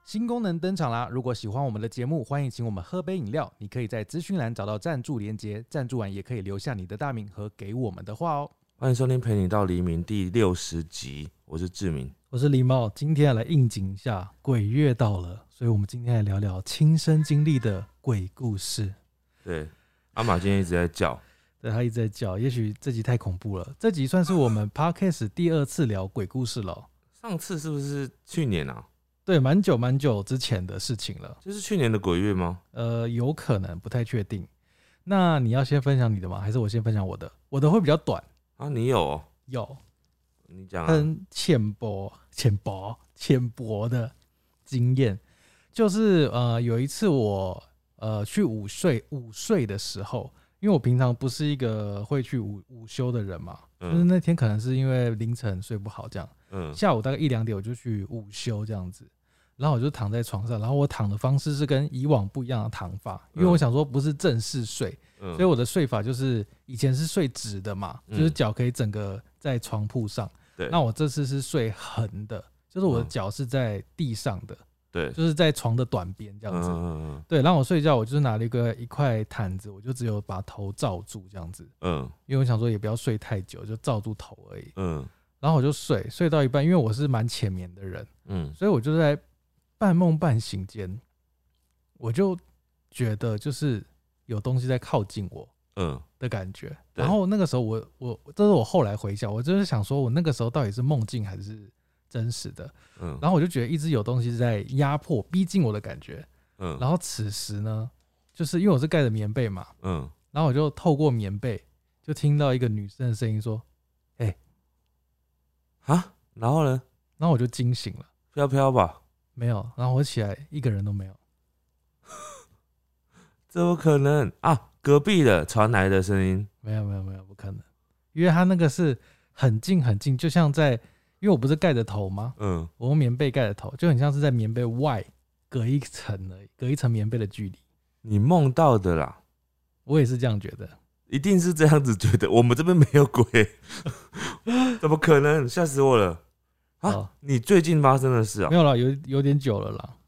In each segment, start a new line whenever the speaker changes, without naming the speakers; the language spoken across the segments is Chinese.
新功能登场啦！如果喜欢我们的节目，欢迎请我们喝杯饮料。你可以在资讯栏找到赞助连结，赞助完也可以留下你的大名和给我们的话哦。
欢迎收听《陪你到黎明》第60集，我是志明，
我是狸猫。今天来应景一下，鬼月到了，所以我们今天来聊聊亲身经历的鬼故事。
对，阿玛今天一直在叫，
对，他一直在叫，也许这集太恐怖了。这集算是我们 Podcast 第2次聊鬼故事了。
上次是不是去年啊？
对，蛮久之前的事情了。
就是去年的鬼月吗？
有可能，不太确定。那你要先分享你的吗？还是我先分享我的？我的会比较短
啊，你有哦？
有，
你讲啊。
很浅薄的经验，就是有一次我去午睡的时候，因为我平常不是一个会去午休的人嘛，就是那天可能是因为凌晨睡不好这样，下午大概1-2点我就去午休这样子。然后我就躺在床上，然后我躺的方式是跟以往不一样的躺法，因为我想说不是正式睡，所以我的睡法就是以前是睡直的嘛，就是脚可以整个在床铺上。那我这次是睡横的，就是我的脚是在地上的，对，就是在床的短边这样子。对，然后我睡觉，我就是拿了一块毯子，我就只有把头罩住这样子。因为我想说也不要睡太久，就罩住头而已。然后我就睡到一半，因为我是蛮浅眠的人，所以我就在半梦半醒间，我就觉得就是有东西在靠近我的感觉。然后那个时候我这是我后来回想，我就是想说我那个时候到底是梦境还是真实的。然后我就觉得一直有东西在压迫逼近我的感觉。然后此时呢，就是因为我是盖着棉被嘛，然后我就透过棉被就听到一个女生的声音说：“
然后呢？
然后我就惊醒了。
飘飘吧？
没有。然后我起来，一个人都没有。
怎么可能啊？隔壁的传来的声音？
没有，不可能，因为他那个是很近很近，就像在，因为我不是盖着头吗？我用棉被盖着头，就很像是在棉被外隔一层而已，隔一层棉被的距离。你
梦到的啦？
我也是这样觉得。
一定是这样子觉得，我们这边没有鬼，怎么可能？吓死我了！你最近发生的事啊？
没有啦，有点久了啦。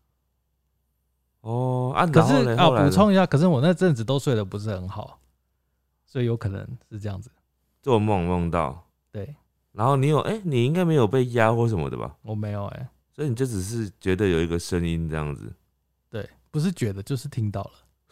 可是补充一下，可是我那阵子都睡得不是很好，所以有可能是这样子。
做梦到，
对。然
后你应该没有被压或什么的吧？
我没有
所以你就只是觉得有一个声音这样子。
对，不是觉得，就是听到了。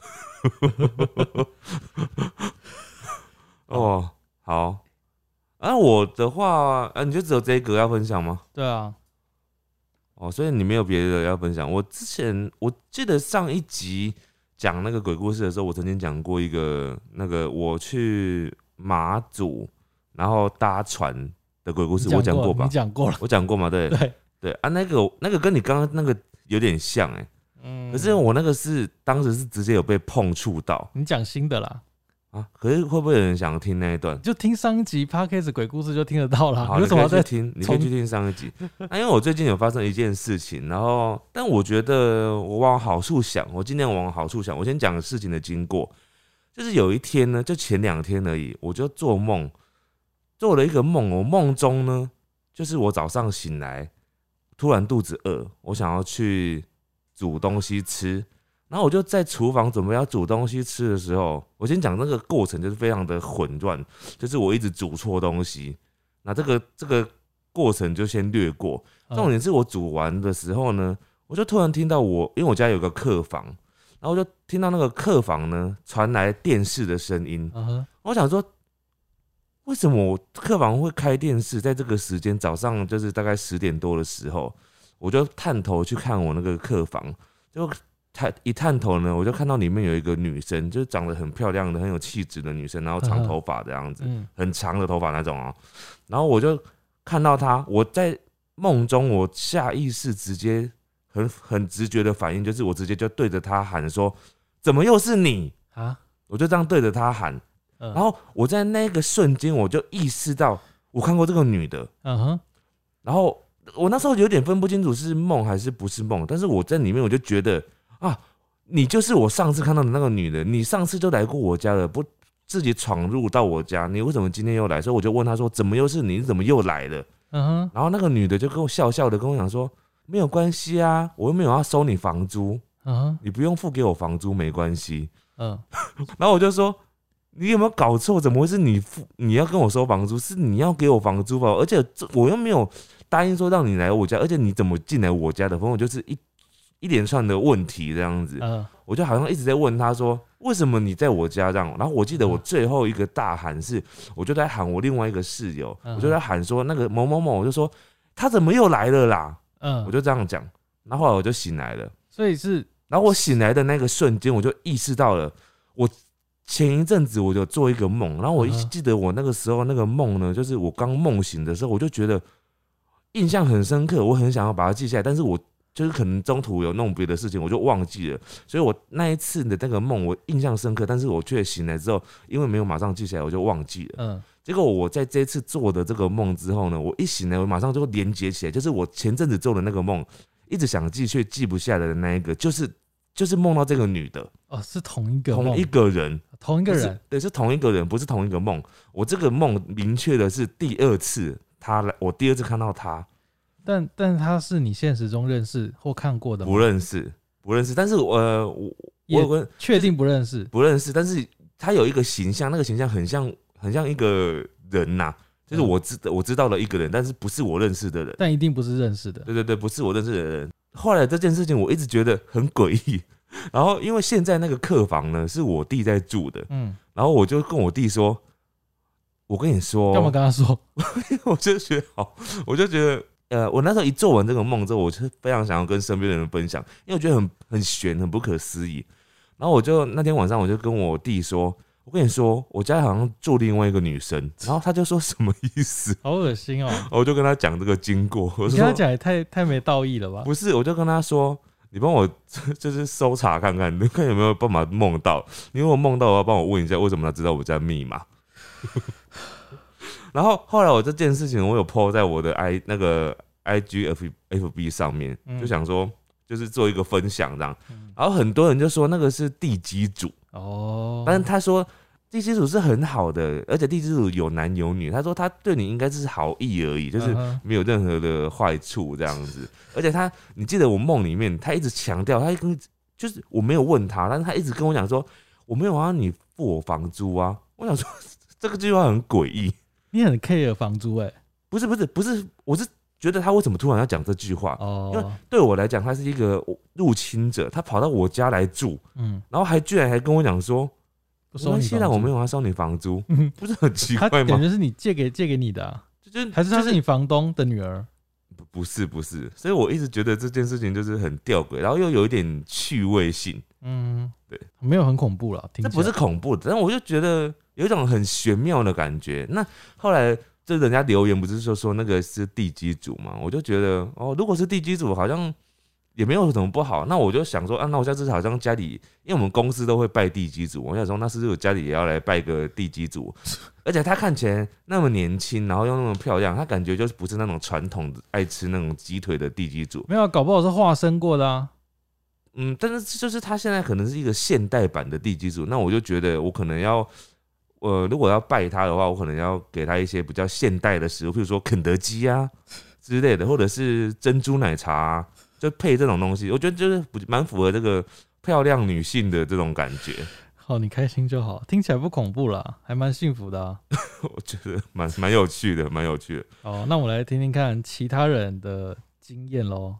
好。我的话，你就只有这个要分享吗？
对啊。
所以你没有别的要分享。我记得上一集讲那个鬼故事的时候，我曾经讲过一个我去马祖然后搭船的鬼故事，我讲过吧？
你讲过了，
我讲过嘛？对啊，那个跟你刚刚那个有点像可是我那个是当时是直接有被碰触到。
你讲新的啦。
可是会不会有人想听那一段？
就听上一集 Podcast 鬼故事就听得到了。
好，你可以去听，你可以去听上一集。因为我最近有发生一件事情，但我觉得我往好处想，我尽量往好处想。我先讲事情的经过，就是有一天呢，就前2天而已，我就做了一个梦。我梦中呢，就是我早上醒来，突然肚子饿，我想要去煮东西吃。然后我就在厨房准备要煮东西吃的时候，我先讲那个过程就是非常的混乱，就是我一直煮错东西。那这个过程就先略过。重点是我煮完的时候呢，我就突然听到因为我家有个客房，然后我就听到那个客房呢传来电视的声音。我想说，为什么我客房会开电视？在这个时间早上就是大概10点多的时候，我就探头去看我那个客房，就一探头呢，我就看到里面有一个女生，就是长得很漂亮的、很有气质的女生，然后长头发的样子，很长的头发那种然后我就看到她，我在梦中，我下意识直接很直觉的反应，就是我直接就对着她喊说：“怎么又是你啊？”我就这样对着她喊，然后我在那个瞬间，我就意识到我看过这个女的，然后我那时候有点分不清楚是梦还是不是梦，但是我在里面我就觉得。你就是我上次看到的那个女的，你上次就来过我家了，不自己闯入到我家，你为什么今天又来？所以我就问她说：“怎么又是你？你怎么又来了？”然后那个女的就跟我笑笑的跟我讲说：“ 没有关系啊，我又没有要收你房租，你不用付给我房租没关系。然后我就说你有没有搞错？怎么会是你要跟我收房租？是你要给我房租吧？而且我又没有答应说让你来我家，而且你怎么进来我家的？反正我就是一连串的问题这样子。我就好像一直在问他说，为什么你在我家这样？然后我记得我最后一个大喊是，我就在喊我另外一个室友，我就在喊说那个某某某，我就说他怎么又来了啦？我就这样讲。然后后来我就醒来了，
所以是，
然后我醒来的那个瞬间，我就意识到了，我前一阵子我就做一个梦，然后我记得我那个时候那个梦呢，就是我刚梦醒的时候，我就觉得印象很深刻，我很想要把它记下来，但是我就是可能中途有弄别的事情，我就忘记了。所以我那一次的那个梦，我印象深刻，但是我却醒来之后，因为没有马上记起来，我就忘记了。结果我在这一次做的这个梦之后呢，我一醒来，我马上就连接起来，就是我前阵子做的那个梦，一直想记却记不下来的那一个，就是梦到这个女的。
是同一个梦，
同一个人，
同一个人，
对，是同一个人，不是同一个梦。我这个梦明确的是第二次我第二次看到他。
但他是你现实中认识或看过的吗？
不认识。但是我
确定不认识，
不认识。但是他有一个形象，那个形象很像一个人呐，就是我知道的一个人，但是不是我认识的人，
但一定不是认识的。
对，不是我认识的人。后来这件事情我一直觉得很诡异，然后因为现在那个客房呢是我弟在住的，然后我就跟我弟说，我跟你说，
干嘛跟他说？
我就觉得。我那时候一做完这个梦之后，我就非常想要跟身边的人分享，因为我觉得很玄，很不可思议。然后我就那天晚上我就跟我弟说，我跟你说，我家好像住另外一个女生。然后他就说什么意思？
好恶心哦！
我就跟他讲这个经过，我
跟他讲也太没道义了吧？
不是，我就跟他说，你帮我就是搜查看看，你看有没有办法梦到。你如果梦到的话，帮我问一下，为什么他知道我家密码？然后后来我这件事情我有 po 在我的IG FB 上面，就想说就是做一个分享这样。然后很多人就说那个是地基主但是他说地基主是很好的，而且地基主有男有女，他说他对你应该是好意而已，就是没有任何的坏处这样子。而且你记得我梦里面他一直强调，就是我没有问他，但是他一直跟我讲说我没有让你付我房租啊。我想说这个句话很诡异。
你很 care 房租
不是，我是觉得他为什么突然要讲这句话？因为对我来讲，他是一个入侵者，他跑到我家来住，然后居然还跟我讲说，
不收你房租，
现在我没有要收你房租，不是很奇怪吗？
他感觉是你借给你的还是他是你房东的女儿？
不是，所以我一直觉得这件事情就是很吊诡，然后又有一点趣味性。对，
没有很恐怖啦，
这不是恐怖的，但我就觉得有一种很玄妙的感觉。那后来就人家留言不是说那个是地基主嘛，我就觉得如果是地基主，好像也没有什么不好。那我就想说那我下次好像家里，因为我们公司都会拜地基主，我想说那是不是我家里也要来拜个地基主？而且他看起来那么年轻，然后又那么漂亮，他感觉就是不是那种传统的爱吃那种鸡腿的地基主。
没有，搞不好是化身过的啊。
但是就是他现在可能是一个现代版的地基主，那我就觉得我可能要，如果要拜他的话，我可能要给他一些比较现代的食物，比如说肯德基啊之类的，或者是珍珠奶茶啊，就配这种东西，我觉得就是蛮符合这个漂亮女性的这种感觉。
好，你开心就好，听起来不恐怖啦，还蛮幸福的啊。
我觉得蛮有趣的，蛮有趣的。
那我们来听听看其他人的经验咯。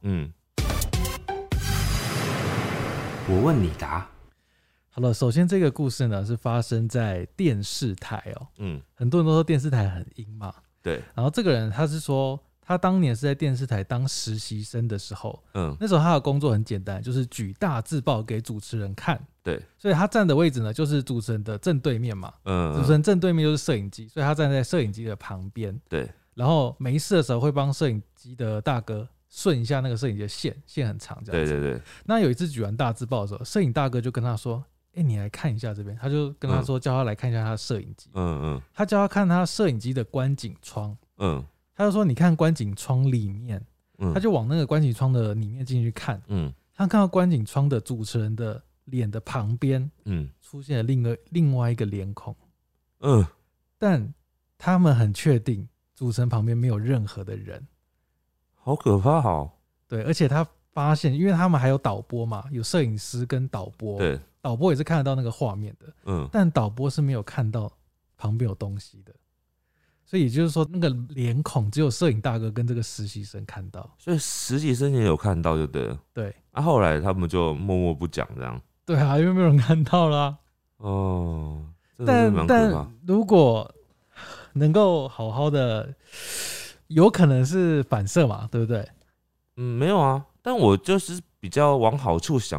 我问你答。
好了，首先这个故事呢是发生在电视台很多人都说电视台很阴嘛。
对。
然后这个人他是说，他当年是在电视台当实习生的时候，那时候他的工作很简单，就是举大字报给主持人看。
对。
所以他站的位置呢，就是主持人的正对面嘛。主持人正对面就是摄影机，所以他站在摄影机的旁边。
对。
然后没事的时候会帮摄影机的大哥顺一下那个摄影机的线很长这样子。
对。
那有一次举完大字报的时候，摄影大哥就跟他说：“你来看一下这边。”他就跟他说，叫他来看一下他的摄影机。他叫他看他摄影机的观景窗。他就说：“你看观景窗里面。”他就往那个观景窗的里面进去看。他看到观景窗的主持人的脸的旁边，出现了另外一个脸孔。但他们很确定主持人旁边没有任何的人。
好可怕
对，而且他发现，因为他们还有导播嘛，有摄影师跟导播，
对，
导播也是看得到那个画面的，但导播是没有看到旁边有东西的，所以也就是说，那个脸孔只有摄影大哥跟这个实习生看到，
所以实习生也有看到，就对了。
对，
后来他们就默默不讲这样。
对啊，因为没有人看到啦。
哦，但
如果能够好好的，有可能是反射嘛，对不对？
没有啊，但我就是比较往好处想，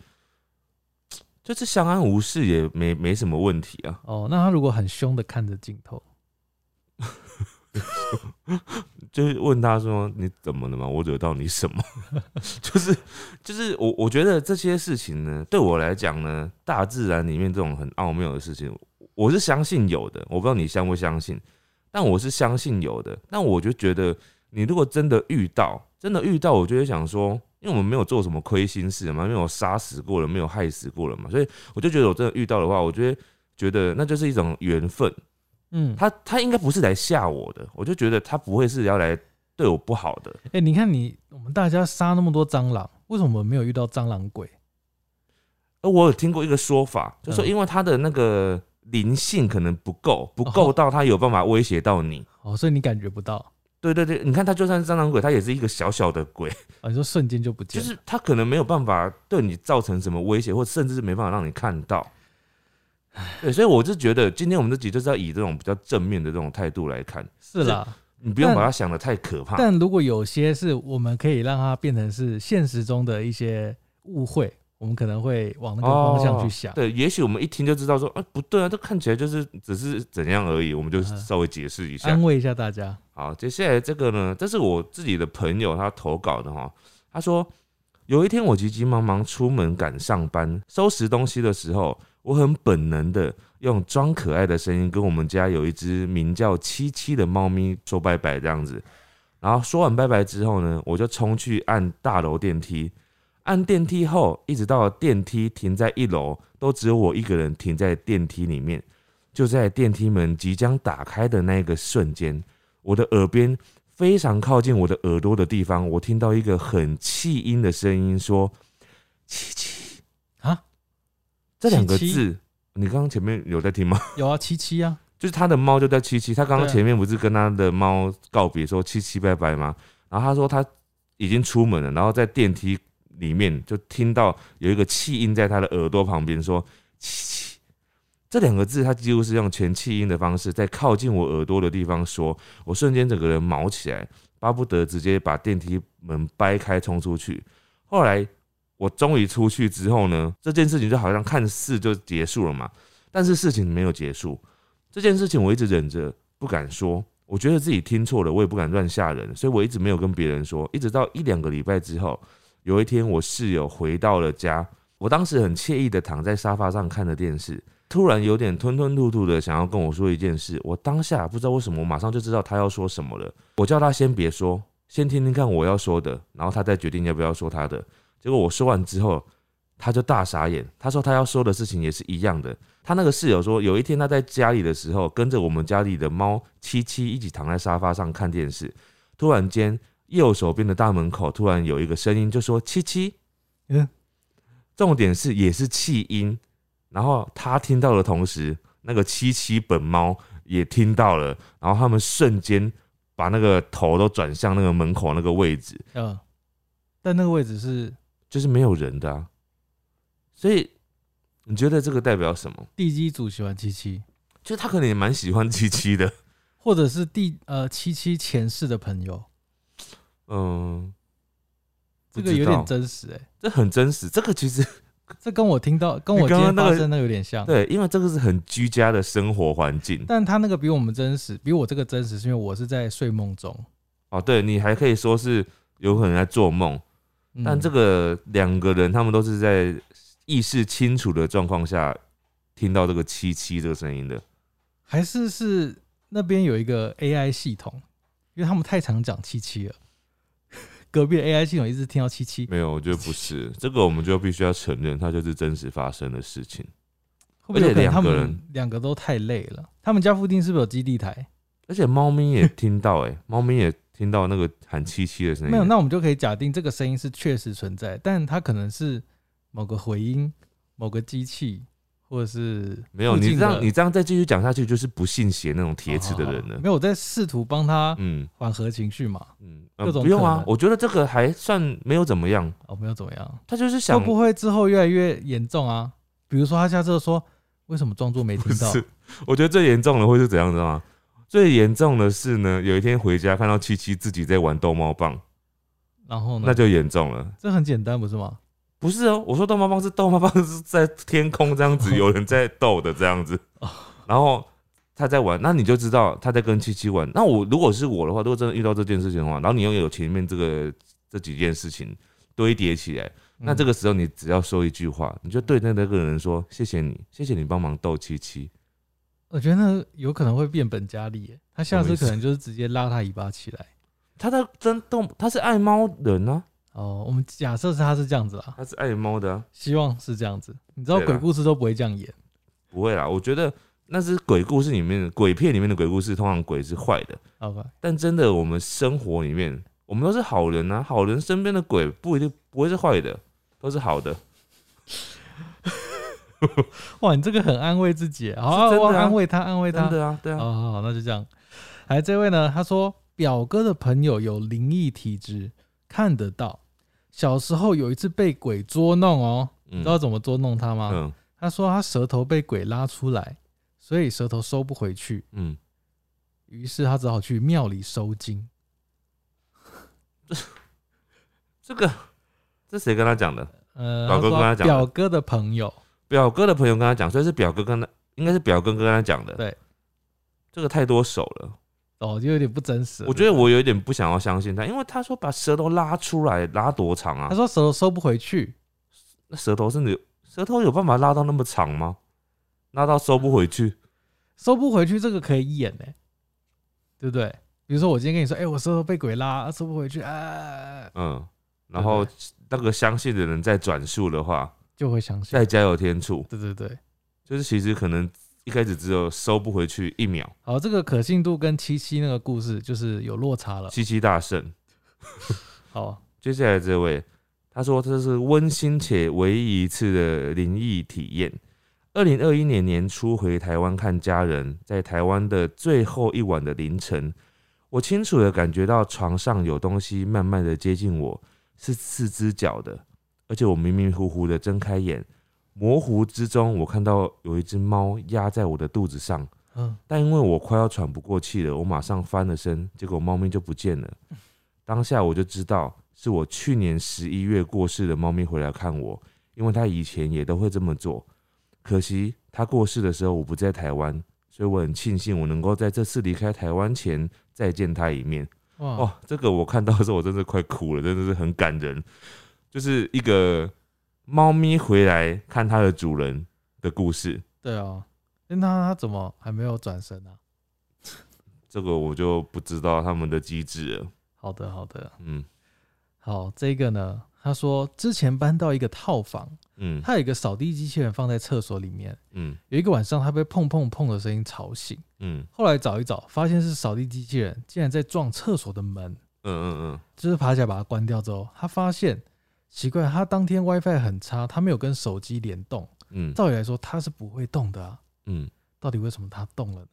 就是相安无事也没什么问题啊。
哦，那他如果很凶的看着镜头，
就是问他说你怎么了吗？我惹到你什么？就是我觉得这些事情呢，对我来讲呢，大自然里面这种很奥妙的事情，我是相信有的。我不知道你相不相信，但我是相信有的。但我就觉得，你如果真的遇到，我就会想说，因为我们没有做什么亏心事嘛，没有杀死过人，没有害死过人嘛，所以我就觉得我真的遇到的话，我就会觉得那就是一种缘分。他应该不是来吓我的，我就觉得他不会是要来对我不好的。
你看我们大家杀那么多蟑螂，为什么我们没有遇到蟑螂鬼？
我有听过一个说法，就是说因为他的那个灵性可能不够到他有办法威胁到你，
所以你感觉不到。
对对对，你看他就算是蟑螂鬼，他也是一个小小的鬼，
你说瞬间就不见了，
就是他可能没有办法对你造成什么威胁，或甚至是没办法让你看到。对，所以我是觉得今天我们这集就是要以这种比较正面的这种态度来看。
是啦，
你不用把它想得太可怕。
但如果有些是我们可以让它变成是现实中的一些误会，我们可能会往那个方向去想。
对，也许我们一听就知道说，不对啊，这看起来就是只是怎样而已，我们就稍微解释一下，
安慰一下大家。
好，接下来这个呢，这是我自己的朋友他投稿的哈，他说有一天我急急忙忙出门赶上班，收拾东西的时候，我很本能的用装可爱的声音跟我们家有一只名叫七七的猫咪说拜拜这样子。然后说完拜拜之后呢，我就冲去按大楼电梯。按电梯后，一直到电梯停在1楼，都只有我一个人停在电梯里面。就在电梯门即将打开的那个瞬间，我的耳边非常靠近我的耳朵的地方，我听到一个很气音的声音说：“七七
啊！”
这2个字，你刚刚前面有在听吗？
有啊，七七啊，
就是他的猫就在七七。他刚刚前面不是跟他的猫告别说七七拜拜吗？然后他说他已经出门了，然后在电梯里面就听到有一个气音在他的耳朵旁边说七七。这2个字，他几乎是用全气音的方式在靠近我耳朵的地方说，我瞬间整个人毛起来，巴不得直接把电梯门掰开冲出去。后来我终于出去之后呢，这件事情就好像看似就结束了嘛，但是事情没有结束。这件事情我一直忍着不敢说，我觉得自己听错了，我也不敢乱吓人，所以我一直没有跟别人说。一直到1-2个礼拜之后，有一天我室友回到了家，我当时很惬意的躺在沙发上看着电视，突然有点吞吞吐吐的想要跟我说一件事。我当下不知道为什么，我马上就知道他要说什么了。我叫他先别说，先听听看我要说的，然后他再决定要不要说他的。结果我说完之后，他就大傻眼。他说他要说的事情也是一样的。他那个室友说，有一天他在家里的时候，跟着我们家里的猫七七一起躺在沙发上看电视，突然间右手边的大门口突然有一个声音就说七七，重点是也是气音。然后他听到的同时，那个七七本猫也听到了，然后他们瞬间把那个头都转向那个门口那个位置。
但那个位置
就是没有人的啊。所以你觉得这个代表什么？
地基组喜欢七七，
就他可能也蛮喜欢七七的，
或者是七七前世的朋友。这个有点真实
这很真实。这个其实
这跟我听到跟我今天发生的有点像。
对，因为这个是很居家的生活环境，
但他那个比我们真实，比我这个真实，是因为我是在睡梦中。
对，你还可以说是有可能在做梦。但这个2个人他们都是在意识清楚的状况下听到这个七七这个声音的，
还是那边有一个 AI 系统，因为他们太常讲七七了，隔壁的 AI 系统一直听到七七。
没有，我觉得不是，这个我们就必须要承认，它就是真实发生的事情。
会不会有可能他们2个都太累了？他们家附近是不是有基地台？
而且猫咪也听到，猫咪也听到那个喊七七的声音。
没有，那我们就可以假定这个声音是确实存在，但它可能是某个回音、某个机器，或者是
没有。你这样再继续讲下去，就是不信邪那种铁齿的人了。
没有，我在试图帮他缓和情绪嘛。
不用啊，我觉得这个还算没有怎么样。
没有怎么样。
他就是想
会不会之后越来越严重啊？比如说他下次说为什么装作没听到？
不是，我觉得最严重的会是怎样知道吗？最严重的是呢，有一天回家看到七七自己在玩逗猫棒，
然后呢？
那就严重了。
这很简单不是吗？
不是哦，我说逗猫棒是在天空这样子，有人在逗的这样子，然后他在玩，那你就知道他在跟七七玩。那如果是我的话，如果真的遇到这件事情的话，然后你又有前面这几件事情堆叠起来，那这个时候你只要说一句话，你就对那个人说：“谢谢你帮忙逗七七。”
我觉得那有可能会变本加厉耶，他下次可能就是直接拉他尾巴起来。
他在真动，他是爱猫人啊。
我们假设他是这样子啦，
他是爱猫的啊，
希望是这样子。你知道鬼故事都不会这样演，
不会啦。我觉得那是鬼故事里面、鬼片里面的鬼故事，通常鬼是坏的。
OK，
但真的我们生活里面，我们都是好人啊，好人身边的鬼不会是坏的，都是好的。
哇，你这个很安慰自己，好，我安慰他，安慰他，
真的啊，对啊。
好，那就这样。这位呢，他说表哥的朋友有灵异体质，看得到。小时候有一次被鬼捉弄哦，你知道怎么捉弄他吗？他说他舌头被鬼拉出来，所以舌头收不回去。于是他只好去庙里收金。
这谁跟他讲的？
表哥跟他讲。表哥的朋友跟他
讲，所以是表哥应该是表哥跟他讲的。
对，
这个太多手了。
就有点不真实。
我觉得我有点不想要相信他，因为他说把舌头拉出来，拉多长啊？
他说舌头收不回去。
那舌头有办法拉到那么长吗？拉到收不回去？
收不回去这个可以演对不对？比如说我今天跟你说，我舌头被鬼拉，收不回去啊。
然后那个相信的人再转述的话，
就会相信，
再加有天助。
对，
就是其实可能一开始只有收不回去1秒。
好，这个可信度跟七七那个故事就是有落差了。
七七大胜。
好，
接下来这位，他说这是温馨且唯一一次的灵异体验。2021年年初回台湾看家人，在台湾的最后一晚的凌晨，我清楚的感觉到床上有东西慢慢的接近我，是4只脚的，而且我迷迷糊糊的睁开眼，模糊之中我看到有一只猫压在我的肚子上，但因为我快要喘不过气了，我马上翻了身，结果猫咪就不见了。当下我就知道是我去年11月过世的猫咪回来看我，因为它以前也都会这么做，可惜它过世的时候我不在台湾，所以我很庆幸我能够在这次离开台湾前再见它一面。哇，这个我看到的时候我真的快哭了，真的是很感人，就是一个猫咪回来看它的主人的故事。
对啊，那它怎么还没有转身啊？
这个我就不知道他们的机制了。
好的，好，这个呢，他说之前搬到一个套房，他有一个扫地机器人放在厕所里面，有一个晚上他被碰碰碰的声音吵醒，后来找一找，发现是扫地机器人竟然在撞厕所的门，就是爬起来把它关掉之后，他发现奇怪，他当天 WiFi 很差，他没有跟手机联动，照理来说他是不会动的啊，到底为什么他动了呢？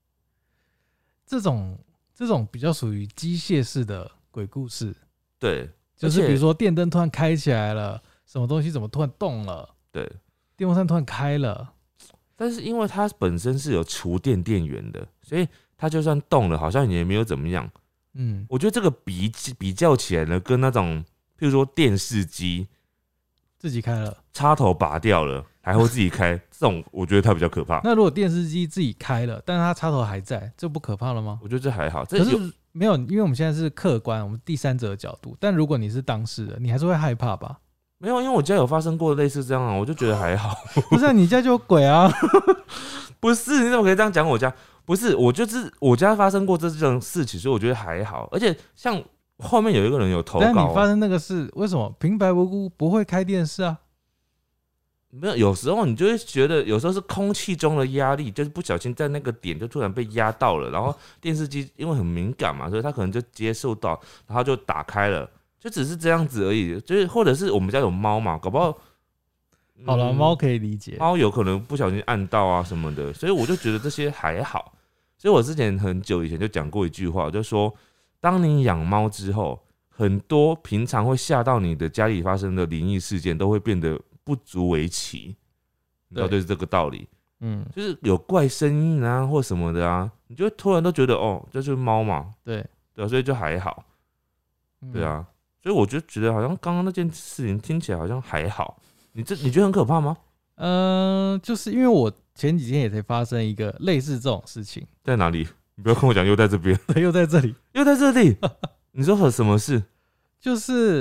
这种比较属于机械式的鬼故事，
对，
就是比如说电灯突然开起来了，什么东西怎么突然动了，
对，
电风扇突然开了，
但是因为它本身是有厨电电源的，所以它就算动了，好像也没有怎么样。我觉得这个比较起来呢，跟那种譬如说电视机
自己开了，
插头拔掉了还会自己开，这种我觉得它比较可怕。
那如果电视机自己开了，但是它插头还在，这不可怕了吗？
我觉得这还好。
可是没有，因为我们现在是客观，我们第三者的角度。但如果你是当事人，你还是会害怕吧？
没有，因为我家有发生过类似这样啊，我就觉得还好。
不是啊，你家就有鬼啊？
不是，你怎么可以这样讲我家？不是，我家发生过这种事情，所以我觉得还好。而且像后面有一个人有投稿，
但你发生那个事，为什么平白无故不会开电视啊？
没有，有时候你就会觉得，有时候是空气中的压力，就是不小心在那个点就突然被压到了，然后电视机因为很敏感嘛，所以它可能就接受到，然后就打开了，就只是这样子而已。就是或者是我们家有猫嘛，搞不好。
好了，猫可以理解，
猫有可能不小心按到啊什么的，所以我就觉得这些还好。所以我之前很久以前就讲过一句话，就说当你养猫之后，很多平常会吓到你的家里发生的灵异事件，都会变得不足为奇。你知道就是这个道理。就是有怪声音啊或什么的啊，你就会突然都觉得哦，这就是猫嘛。对啊，所以就还好。对啊，所以我就觉得好像刚刚那件事情听起来好像还好。你觉得很可怕吗？
就是因为我前几天也才发生一个类似这种事情。
在哪里？你不要跟我讲又在这边。
对，又在这里，
又在这里。你说有什么事？就是，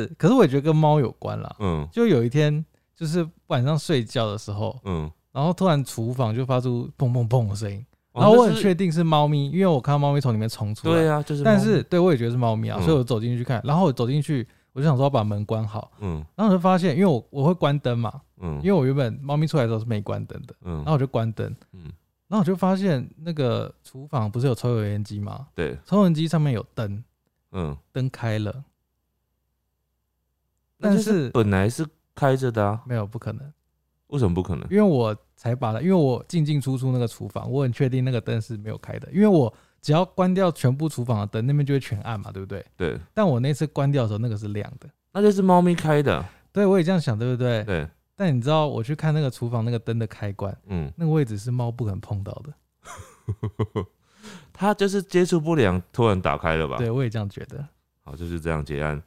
可是我也觉得跟猫有关啦。就有一天，就是晚上睡觉的时候，然后突然厨房就发出砰砰砰的声音，然后我很确定是猫咪，因为我看到猫咪从里面冲出来。
对啊，就是。
但是对我也觉得是猫咪啊，所以我走进去看，然后我走进去。我就想说要把门关好，然后我就发现，因为我会关灯嘛，因为我原本猫咪出来的时候是没关灯的，然后我就关灯，然后我就发现那个厨房不是有抽油烟机吗？
对，
抽油烟机上面有灯，灯开了，但是
本来是开着的啊，
没有，不可能，
为什么不可能？
因为我才把它，因为我进进出出那个厨房，我很确定那个灯是没有开的，因为我。只要关掉全部厨房的灯，那边就会全暗嘛，对不对？
对。
但我那次关掉的时候，那个是亮的，
那就是猫咪开的。
对，我也这样想，对不对？
对。
但你知道，我去看那个厨房那个灯的开关，那个位置是猫不可能碰到的。
它就是接触不良，突然打开了吧？
对，我也这样觉得。
好，就是这样结案。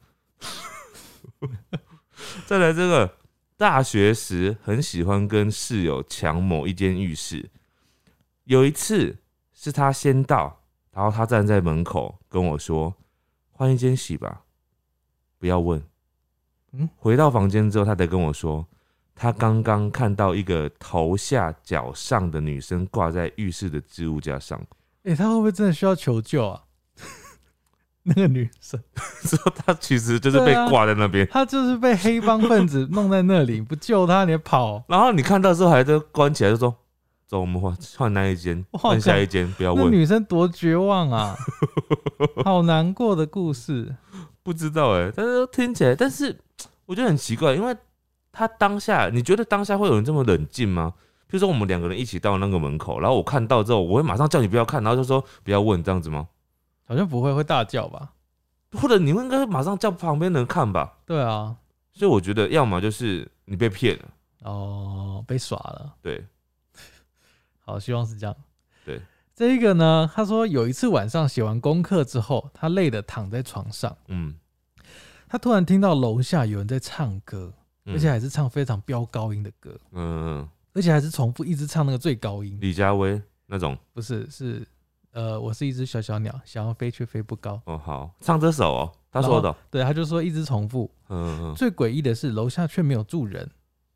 再来这个，大学时很喜欢跟室友抢某一间浴室，有一次是他先到。然后他站在门口跟我说：“换一间洗吧，不要问。”回到房间之后，他才跟我说，他刚刚看到一个头下脚上的女生挂在浴室的置物架上。
他会不会真的需要求救啊？那个女生
说他其实就是被挂在那边，
他就是被黑帮分子弄在那里，不救他你跑。
然后你看到之后还在关起来，就说。走，我们换那一间，换下一间，不要问。
那女生多绝望啊，好难过的故事。
不知道但是听起来，但是我觉得很奇怪，因为他当下，你觉得当下会有人这么冷静吗？比如说我们两个人一起到那个门口，然后我看到之后，我会马上叫你不要看，然后就说不要问这样子吗？
好像不会，会大叫吧？
或者你们应该马上叫旁边的人看吧？
对啊，
所以我觉得要么就是你被骗
了，被耍了，
对。
好，希望是这样。
对，
这一个呢，他说有一次晚上写完功课之后，他累得躺在床上，他突然听到楼下有人在唱歌，而且还是唱非常飙高音的歌，而且还是重复一直唱那个最高音，
李佳薇那种，
不是，是我是一只小小鸟，想要飞却飞不高。
好，唱这首他说的，
对，他就说一直重复，最诡异的是楼下却没有住人，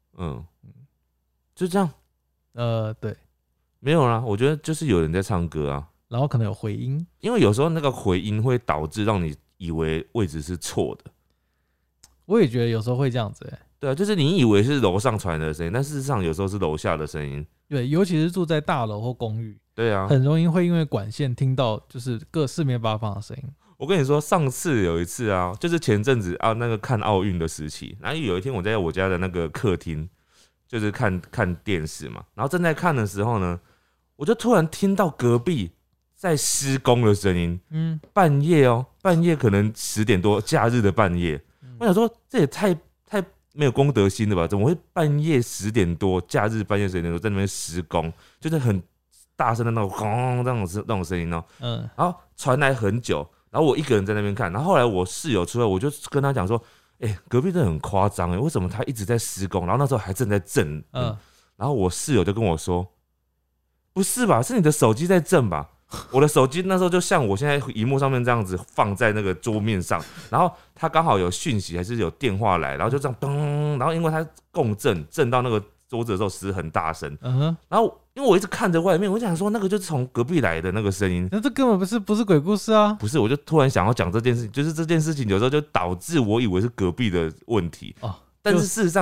就这样，
对。
没有啦，我觉得就是有人在唱歌啊，
然后可能有回音，
因为有时候那个回音会导致让你以为位置是错的。
我也觉得有时候会这样子
对啊，就是你以为是楼上传来的声音，但事实上有时候是楼下的声音。
对，尤其是住在大楼或公寓，
对啊，
很容易会因为管线听到就是各四面八方的声音。
我跟你说，上次有一次啊，就是前阵子啊，那个看奥运的时期，然后有一天我在我家的那个客厅，就是看电视嘛，然后正在看的时候呢。我就突然听到隔壁在施工的声音，半夜半夜可能10点多，假日的半夜，我想说这也太没有公德心了吧？怎么会半夜10点多，假日半夜10点多在那边施工，就是很大声的那种轰那种声音然后传来很久，然后我一个人在那边看，然后后来我室友出来，我就跟他讲说，隔壁真的很夸张为什么他一直在施工？然后那时候还正在震，然后我室友就跟我说。不是吧？是你的手机在震吧？我的手机那时候就像我现在荧幕上面这样子放在那个桌面上，然后它刚好有讯息还是有电话来，然后就这样噔，然后因为它共震到那个桌子的时候是很大声，然后因为我一直看着外面，我想说那个就是从隔壁来的那个声音，
那这根本不是鬼故事啊！
不是，我就突然想要讲这件事情，就是这件事情有时候就导致我以为是隔壁的问题但是事实上。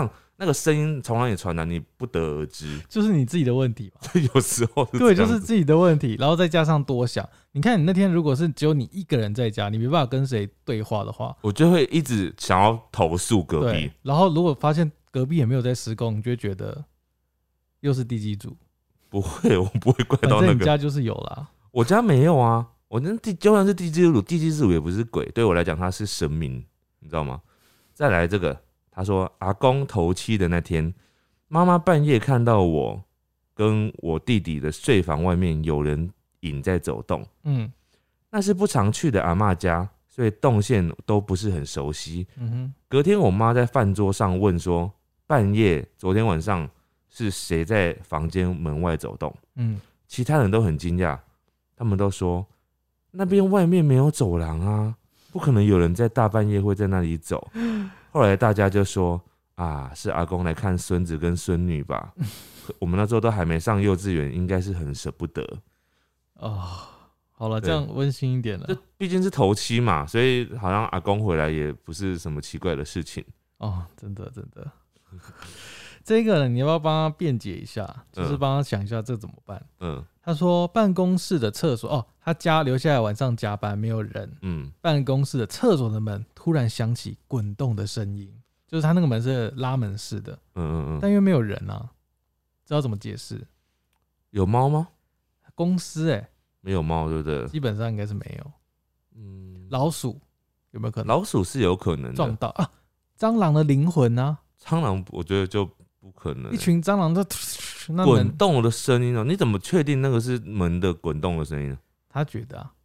那个声音从哪里传来，你不得而知，
就是你自己的问题嘛。
有时候是
对，就是自己的问题，然后再加上多想。你看，你那天如果是只有你一个人在家，你没办法跟谁对话的话，
我就会一直想要投诉隔壁。
然后如果发现隔壁也没有在施工，你就会觉得又是地基主。
不会，我不会怪到那个。
反正你家就是有啦。
我家没有啊，我那就算是地基主，地基主也不是鬼，对我来讲他是神明，你知道吗？再来这个，他说阿公头七的那天，妈妈半夜看到我跟我弟弟的睡房外面有人影在走动，那是不常去的阿嬷家，所以动线都不是很熟悉。隔天我妈在饭桌上问说，半夜昨天晚上是谁在房间门外走动？其他人都很惊讶，他们都说那边外面没有走廊啊，不可能有人在大半夜会在那里走。后来大家就说啊，是阿公来看孙子跟孙女吧。我们那时候都还没上幼稚园，应该是很舍不得。
好了，这样温馨一点了。
这毕竟是头七嘛，所以好像阿公回来也不是什么奇怪的事情。
真的。这个人你要不要帮他辩解一下？就是帮他想一下这怎么办？他说办公室的厕所他家留下来晚上加班没有人。办公室的厕所的门突然响起滚动的声音，就是他那个门是拉门式的。但因为没有人啊，知道怎么解释？
有猫吗？
公司
没有猫，对不对？
基本上应该是没有。老鼠有没有可能？
老鼠是有可能的
撞到啊！蟑螂的灵魂啊！
蟑螂我觉得就不可能。
一群蟑螂在
滚动的声音你怎么确定那个是门的滚动的声音？
他觉得啊。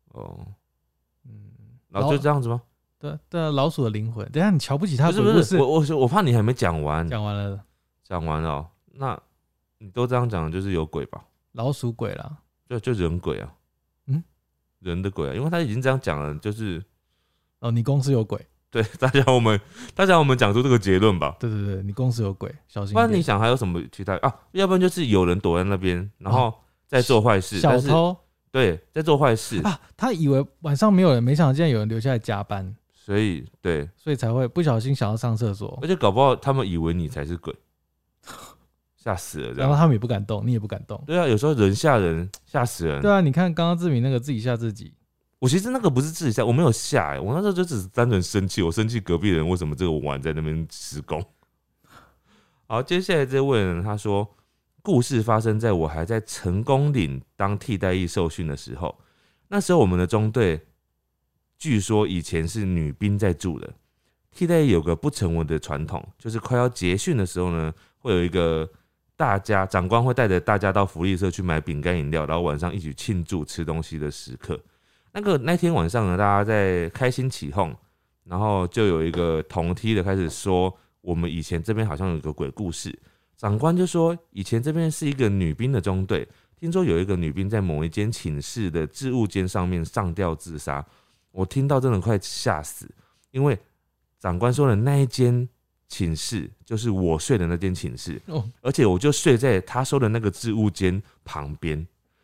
然后就这样子吗？
对，老鼠的灵魂。等一下你瞧不起他，
不是我怕你还没讲完。
讲完了。
讲完了那你都这样讲，就是有鬼吧？
老鼠鬼啦。
就人鬼啊。人的鬼啊，因为他已经这样讲了，就是
你公司有鬼。
对，大家我们讲出这个结论吧。
对，你公司有鬼，小心一点。
不然你想还有什么其他啊？要不然就是有人躲在那边，然后在做坏事。
小偷。
对，在做坏事
啊！他以为晚上没有人，没想到竟然有人留下来加班，
所以
才会不小心想要上厕所，
而且搞不好他们以为你才是鬼，吓死了。
然后他们也不敢动，你也不敢动。
对啊，有时候人吓人，吓死人。
对啊，你看刚刚志明那个自己吓自己。
我其实那个不是自己吓，我没有吓我那时候就只是单纯生气，我生气隔壁人为什么这个晚在那边施工。好，接下来这位人他说，故事发生在我还在成功岭当替代役受训的时候，那时候我们的中队据说以前是女兵在住的。替代役有个不成文的传统，就是快要结训的时候呢，会有一个长官会带着大家到福利社去买饼干饮料，然后晚上一起庆祝吃东西的时刻。那天晚上呢，大家在开心起哄，然后就有一个同梯的开始说，我们以前这边好像有一个鬼故事。长官就说，以前这边是一个女兵的中队，听说有一个女兵在某一间寝室的置物间上面上吊自杀。我听到真的快吓死，因为长官说的那一间寝室就是我睡的那间寝室，而且我就睡在他说的那个置物间旁边。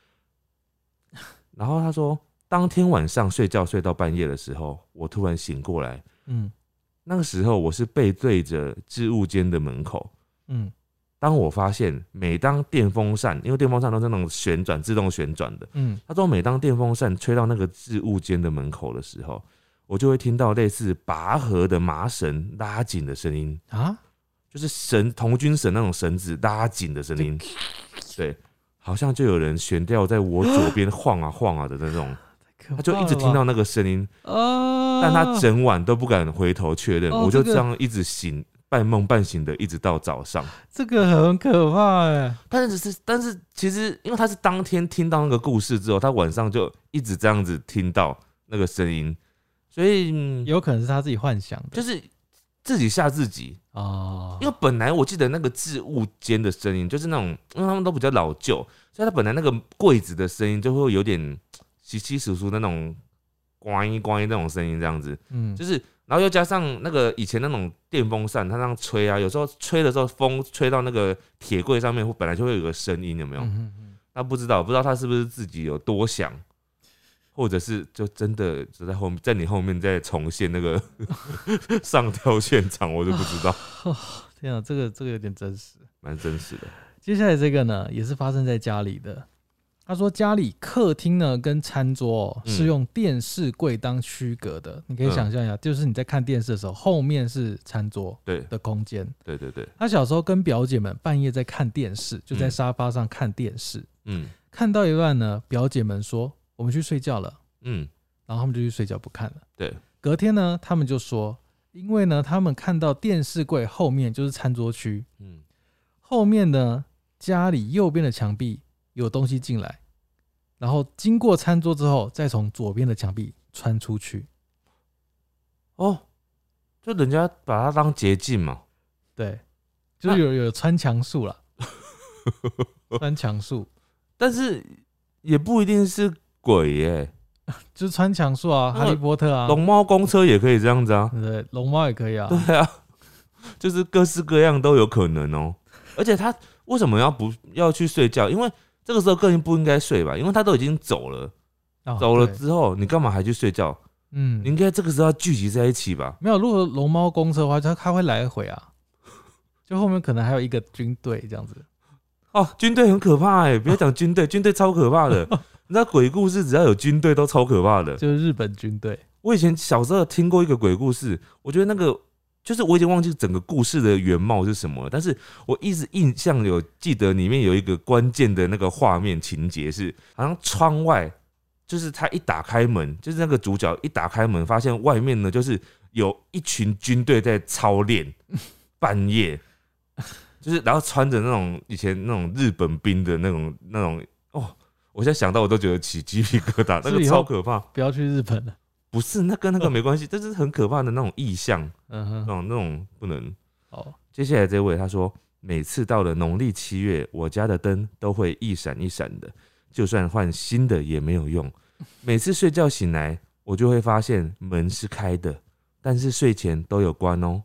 然后他说，当天晚上睡觉睡到半夜的时候，我突然醒过来。那个时候我是背对着置物间的门口。当我发现每当电风扇，因为电风扇都是那种旋转自动旋转的，他说每当电风扇吹到那个置物间的门口的时候，我就会听到类似拔河的麻绳拉紧的声音啊，就是童军绳那种绳子拉紧的声音，对，好像就有人悬吊在我左边晃啊晃啊的那种，他就一直听到那个声音，但他整晚都不敢回头确认，我就这样一直醒。半梦半醒的，一直到早上，
这个很可怕哎。
但是其实，因为他是当天听到那个故事之后，他晚上就一直这样子听到那个声音，所以
有可能是他自己幻想的，
就是自己吓自己哦。因为本来我记得那个置物间的声音，就是那种，因为他们都比较老旧，所以他本来那个柜子的声音就会有点稀稀疏疏的那种呱一呱一那种声音，这样子，就是。然后又加上那个以前那种电风扇，它这样吹啊，有时候吹的时候风吹到那个铁柜上面，本来就会有个声音，有没有？他不知道他是不是自己有多想，或者是就真的就在你后面再重现那个上吊现场，我就不知道。
天啊，这个有点真实，
蛮真实的。
接下来这个呢，也是发生在家里的。他说家里客厅呢跟餐桌是用电视柜当区隔的，你可以想象一下，就是你在看电视的时候，后面是餐桌的空间。
对对对。
他小时候跟表姐们半夜在看电视，就在沙发上看电视。看到一半呢，表姐们说我们去睡觉了。然后他们就去睡觉不看了。
对。
隔天呢，他们就说，因为呢，他们看到电视柜后面就是餐桌区，后面呢家里右边的墙壁有东西进来，然后经过餐桌之后，再从左边的墙壁穿出去。
哦，就人家把它当捷径嘛。
对，就是有穿墙术啦，穿墙术，
但是也不一定是鬼耶。
就是穿墙术啊，哈利波特啊，
龙猫公车也可以这样子啊。
对，龙猫也可以啊。
对啊，就是各式各样都有可能哦。而且他为什么要去睡觉？因为这个时候更不应该睡吧，因为他都已经走了，走了之后你干嘛还去睡觉？你应该这个时候要聚集在一起吧？
没有，如果龙猫公车的话，他会来回啊，就后面可能还有一个军队这样子。
哦，军队很可怕哎，不要讲军队，军队超可怕的。你知道鬼故事只要有军队都超可怕的，
就是日本军队。
我以前小时候听过一个鬼故事，我觉得那个就是我已经忘记整个故事的原貌是什么了，但是我一直印象有记得里面有一个关键的那个画面情节是，好像窗外就是他一打开门，就是那个主角一打开门，发现外面呢就是有一群军队在操练，半夜就是然后穿着那种以前那种日本兵的那种哦，我现在想到我都觉得起鸡皮疙瘩，那个超可怕。
不要去日本了。
不是，那跟那个没关系，这是很可怕的那种意象，那种不能。接下来这位他说，每次到了农历7月，我家的灯都会一闪一闪的，就算换新的也没有用。每次睡觉醒来，我就会发现门是开的，但是睡前都有关哦。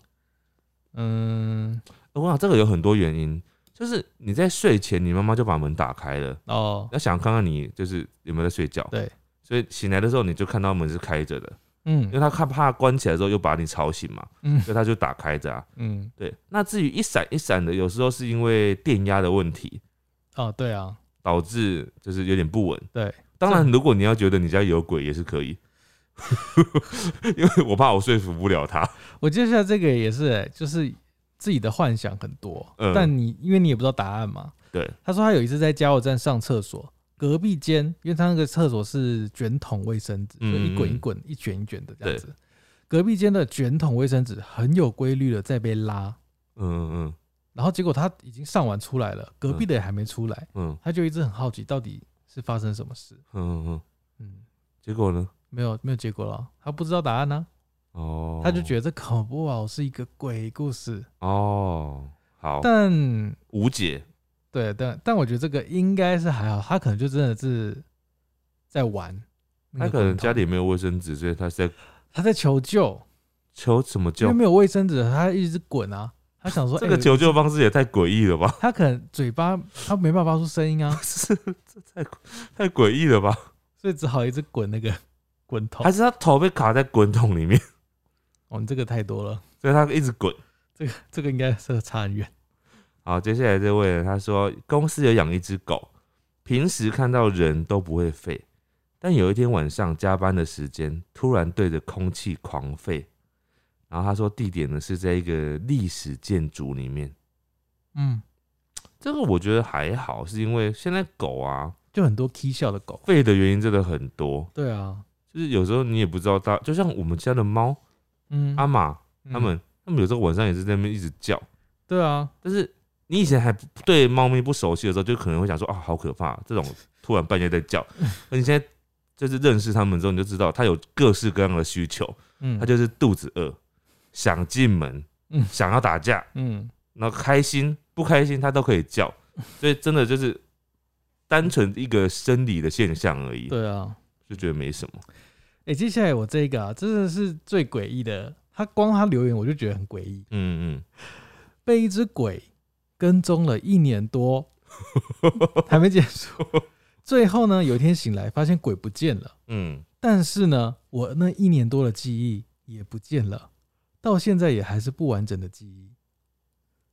我想这个有很多原因，就是你在睡前，你妈妈就把门打开了哦，要想看看你就是有没有在睡觉。
对。
所以醒来的时候，你就看到门是开着的，因为他怕关起来之后又把你吵醒嘛，所以他就打开着啊，对。那至于一闪一闪的，有时候是因为电压的问题，
对啊，
导致就是有点不稳。
对，
当然如果你要觉得你家有鬼也是可以，因为我怕我说服不了他。
我接下来这个也是，就是自己的幻想很多，但因为你也不知道答案嘛。
对，
他说他有一次在加油站上厕所。隔壁间，因为他那个厕所是卷筒卫生纸，就一滚一滚、一卷一卷的这样子。隔壁间的卷筒卫生纸很有规律的在被拉，然后结果他已经上完出来了，隔壁的也还没出来，他就一直很好奇到底是发生什么事。
结果呢？
没有结果了，他不知道答案呢。他就觉得这搞不好是一个鬼故事。
好，
但
无解。
对，但我觉得这个应该是还好，他可能就真的是在玩，
他可能家里没有卫生纸，所以他
在求救，
求什么救？
因为没有卫生纸，他一直滚啊，他想说
这个求救方式也太诡异了吧？
他可能嘴巴他没办法发出声音啊，
是这太诡异了吧？
所以只好一直滚那个滚筒，
还是他头被卡在滚筒里面？
你这个太多了，
所以他一直滚，
这个应该是差很远。
好，接下来这位人他说，公司有养一只狗，平时看到人都不会吠，但有一天晚上加班的时间，突然对着空气狂吠。然后他说地点呢是在一个历史建筑里面。这个我觉得还好，是因为现在狗啊，
就很多踢笑的狗，
吠的原因真的很多。
对啊，
就是有时候你也不知道就像我们家的猫，阿玛他们有时候晚上也是在那边一直叫。对啊，但是你以前还对猫咪不熟悉的时候，就可能会想说啊，好可怕，这种突然半夜在叫。那你现在就是认识他们之后，你就知道它有各式各样的需求。它就是肚子饿，想进门，想要打架，然后开心不开心它都可以叫，所以真的就是单纯一个生理的现象而已。对啊，就觉得没什么。
接下来我这个真的是最诡异的，他留言我就觉得很诡异。被一只鬼跟踪了1年多，还没结束。最后呢，有一天醒来，发现鬼不见了。但是呢，我那1年多的记忆也不见了，到现在也还是不完整的记忆。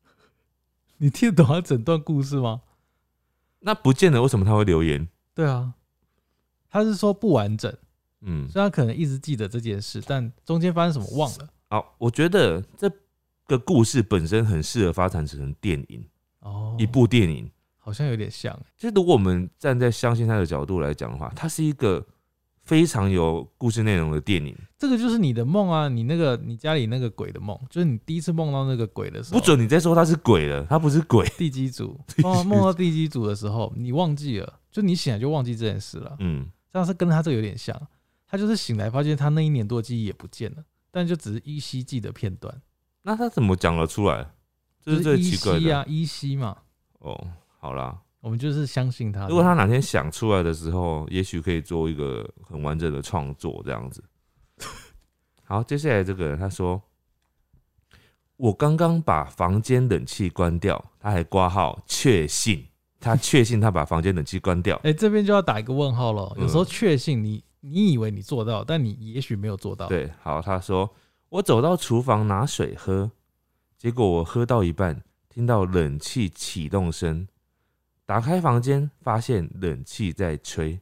你听得懂他整段故事吗？
那不见得为什么他会留言？
对啊，他是说不完整，
嗯，
所以他可能一直记得这件事，但中间发生什么忘了。
好，我觉得这个故事本身很适合发展成电影，一部电影，
好像有点像。
就是如果我们站在相信他的角度来讲的话，它是一个非常有故事内容的电影。
这个就是你的梦啊，你家里那个鬼的梦，就是你第一次梦到那个鬼的时候，
不准你再说他是鬼了，他不是鬼。
地基组梦到地基组的时候，你忘记了，就你醒来就忘记这件事了。这样是跟他这个有点像，他就是醒来发现他那1年多的记忆也不见了，但就只是依稀记得片段。
那他怎么讲了出来？这是最奇怪的。
依稀嘛。
哦，好啦，
我们就是相信他。
如果他哪天想出来的时候，也许可以做一个很完整的创作这样子。好，接下来这个人他说，我刚刚把房间冷气关掉，他还挂号确信，他确信他把房间冷气关掉。
这边就要打一个问号了。有时候确信你以为你做到，但你也许没有做到。
对，好，他说我走到厨房拿水喝，结果我喝到一半，听到冷气启动声，打开房间发现冷气在吹。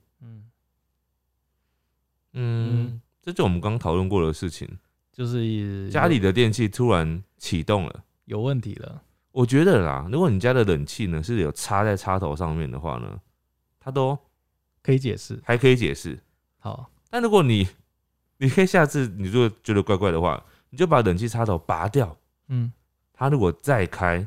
这就我们刚刚讨论过的事情，
就是
家里的电器突然启动了，
有问题了。
我觉得啦，如果你家的冷气呢是有插在插头上面的话呢，它都
可以解释，
还可以解释。
好，
但如果你可以下次你如果觉得怪怪的话，你就把冷气插头拔掉，它如果再开，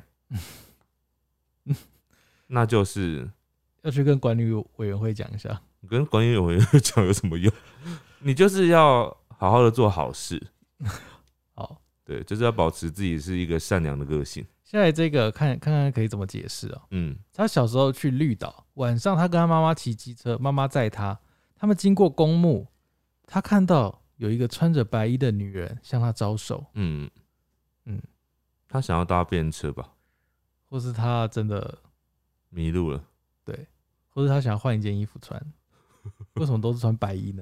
那就是
要去跟管理委员会讲一下。
跟管理委员会讲有什么用？你就是要好好的做好事。
好，
对，就是要保持自己是一个善良的个性。
现在这个看看可以怎么解释啊？他小时候去绿岛，晚上他跟他妈妈骑机车，妈妈载他，他们经过公墓，他看到有一个穿着白衣的女人向他招手。
他想要搭便车吧？
或是他真的
迷路了？
对，或是他想要换一件衣服穿？为什么都是穿白衣呢？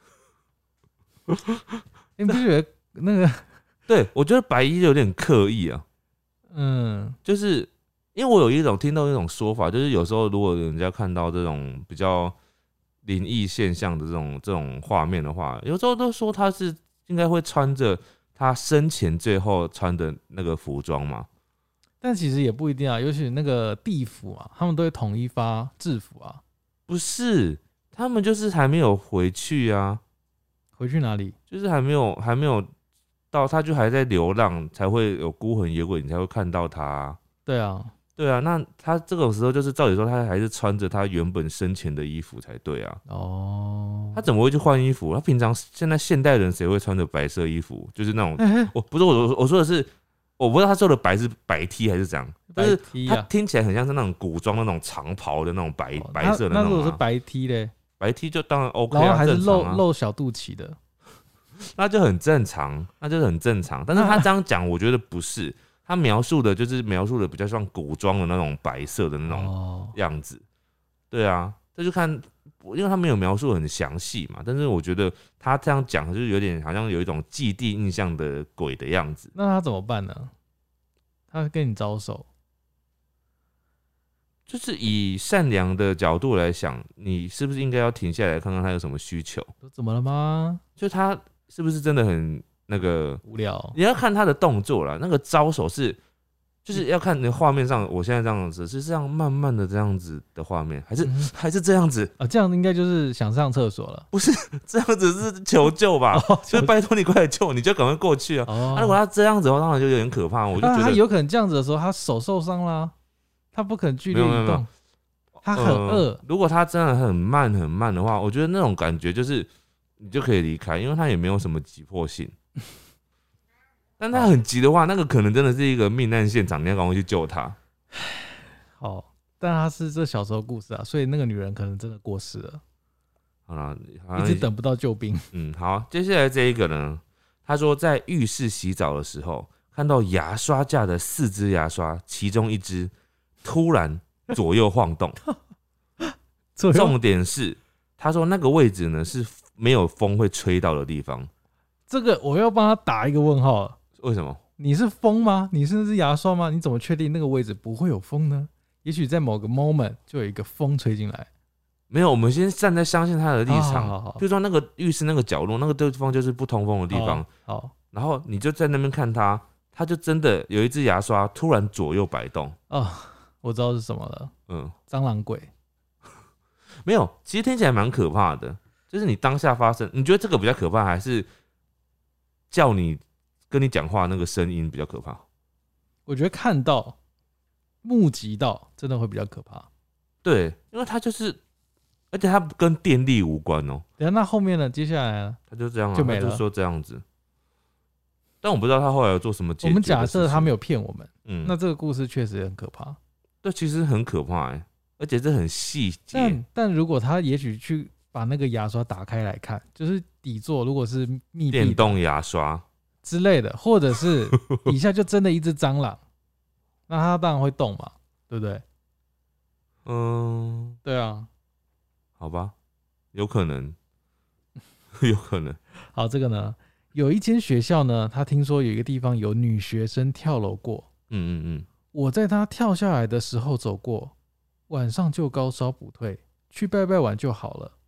你不觉得那个？
对，我觉得白衣有点刻意啊。就是因为我有听到一种说法，就是有时候如果人家看到这种比较灵异现象的这种画面的话，有时候都说他是应该会穿着他生前最后穿的那个服装嘛。
但其实也不一定啊，尤其那个地府啊，他们都会统一发制服啊。
不是，他们就是还没有回去啊。
回去哪里？
就是还没有到，他就还在流浪，才会有孤魂野鬼，你才会看到他啊。
对啊，
对啊，那他这种时候就是照理说，他还是穿着他原本生前的衣服才对啊。他怎么会去换衣服？他平常现在现代人谁会穿着白色衣服？就是那种，不是我说的是，我不知道他说的白是白 T 还是怎样，但是他听起来很像是那种古装那种长袍的那种白色的那种。
那如果是白 T 嘞？
白 T 就当然 OK 啊，
然后还是
露
露小肚脐的，
那就很正常，但是他这样讲，我觉得不是，他描述的比较像古装的那种白色的那种样子。对啊，这就看，因为他没有描述很详细嘛，但是我觉得他这样讲就是有点好像有一种既定印象的鬼的样子。
那他怎么办呢？他跟你招手。
就是以善良的角度来想，你是不是应该要停下来看看他有什么需求？
怎么了吗？
就他是不是真的很那个
无聊？
你要看他的动作啦，那个招手就是要看你画面上，我现在这样子是这样慢慢的这样子的画面，还是这样子
啊？这样应该就是想上厕所了。
不是这样子是求救吧？就拜托你快来救，你就赶快过去啊！如果他这样子的话，当然就有点可怕。我就觉得
他有可能这样子的时候，他手受伤啦。他不可能剧烈移动，他很饿。
如果他真的很慢的话，我觉得那种感觉就是你就可以离开，因为他也没有什么急迫性。但他很急的话，那个可能真的是一个命案现场，你要赶快去救他。
好，但他是这小时候故事啊，所以那个女人可能真的过世了。
好了，
一直等不到救兵。
好，接下来这一个呢，他说在浴室洗澡的时候，看到牙刷架的4支牙刷，其中1支突然左右晃动，重点是他说那个位置呢是没有风会吹到的地方。
这个我要帮他打一个问号了。
为什么？
你是风吗？你是那支牙刷吗？你怎么确定那个位置不会有风呢？也许在某个 moment 就有一个风吹进来。
没有，我们先站在相信他的立场。
好
比如说那个浴室那个角落，那个地方就是不通风的地方。
好，
然后你就在那边看他，他就真的有一支牙刷突然左右摆动。
我知道是什么了。蟑螂鬼。
没有，其实听起来蛮可怕的。就是你当下发生，你觉得这个比较可怕，还是叫你跟你讲话那个声音比较可怕？
我觉得看到、目击到，真的会比较可怕。
对，因为他就是，而且他跟电力无关哦。
等一下，那后面呢？接下来呢？
他就这样、啊，
就没了。
他就说这样子，但我不知道他后来有做什么解决。
我们假设他没有骗我们，
那
这个故事确实很可怕。
对，其实很可怕而且这很细节。
但如果他也许去把那个牙刷打开来看，就是底座如果是密闭的
电动牙刷
之类的，或者是底下就真的一只蟑螂，那它当然会动嘛，对不对？对啊，
好吧，有可能，有可能。
好，这个呢，有一间学校呢，他听说有一个地方有女学生跳楼过。我在她跳下来的时候走过，晚上就高烧不退，去拜拜完就好了。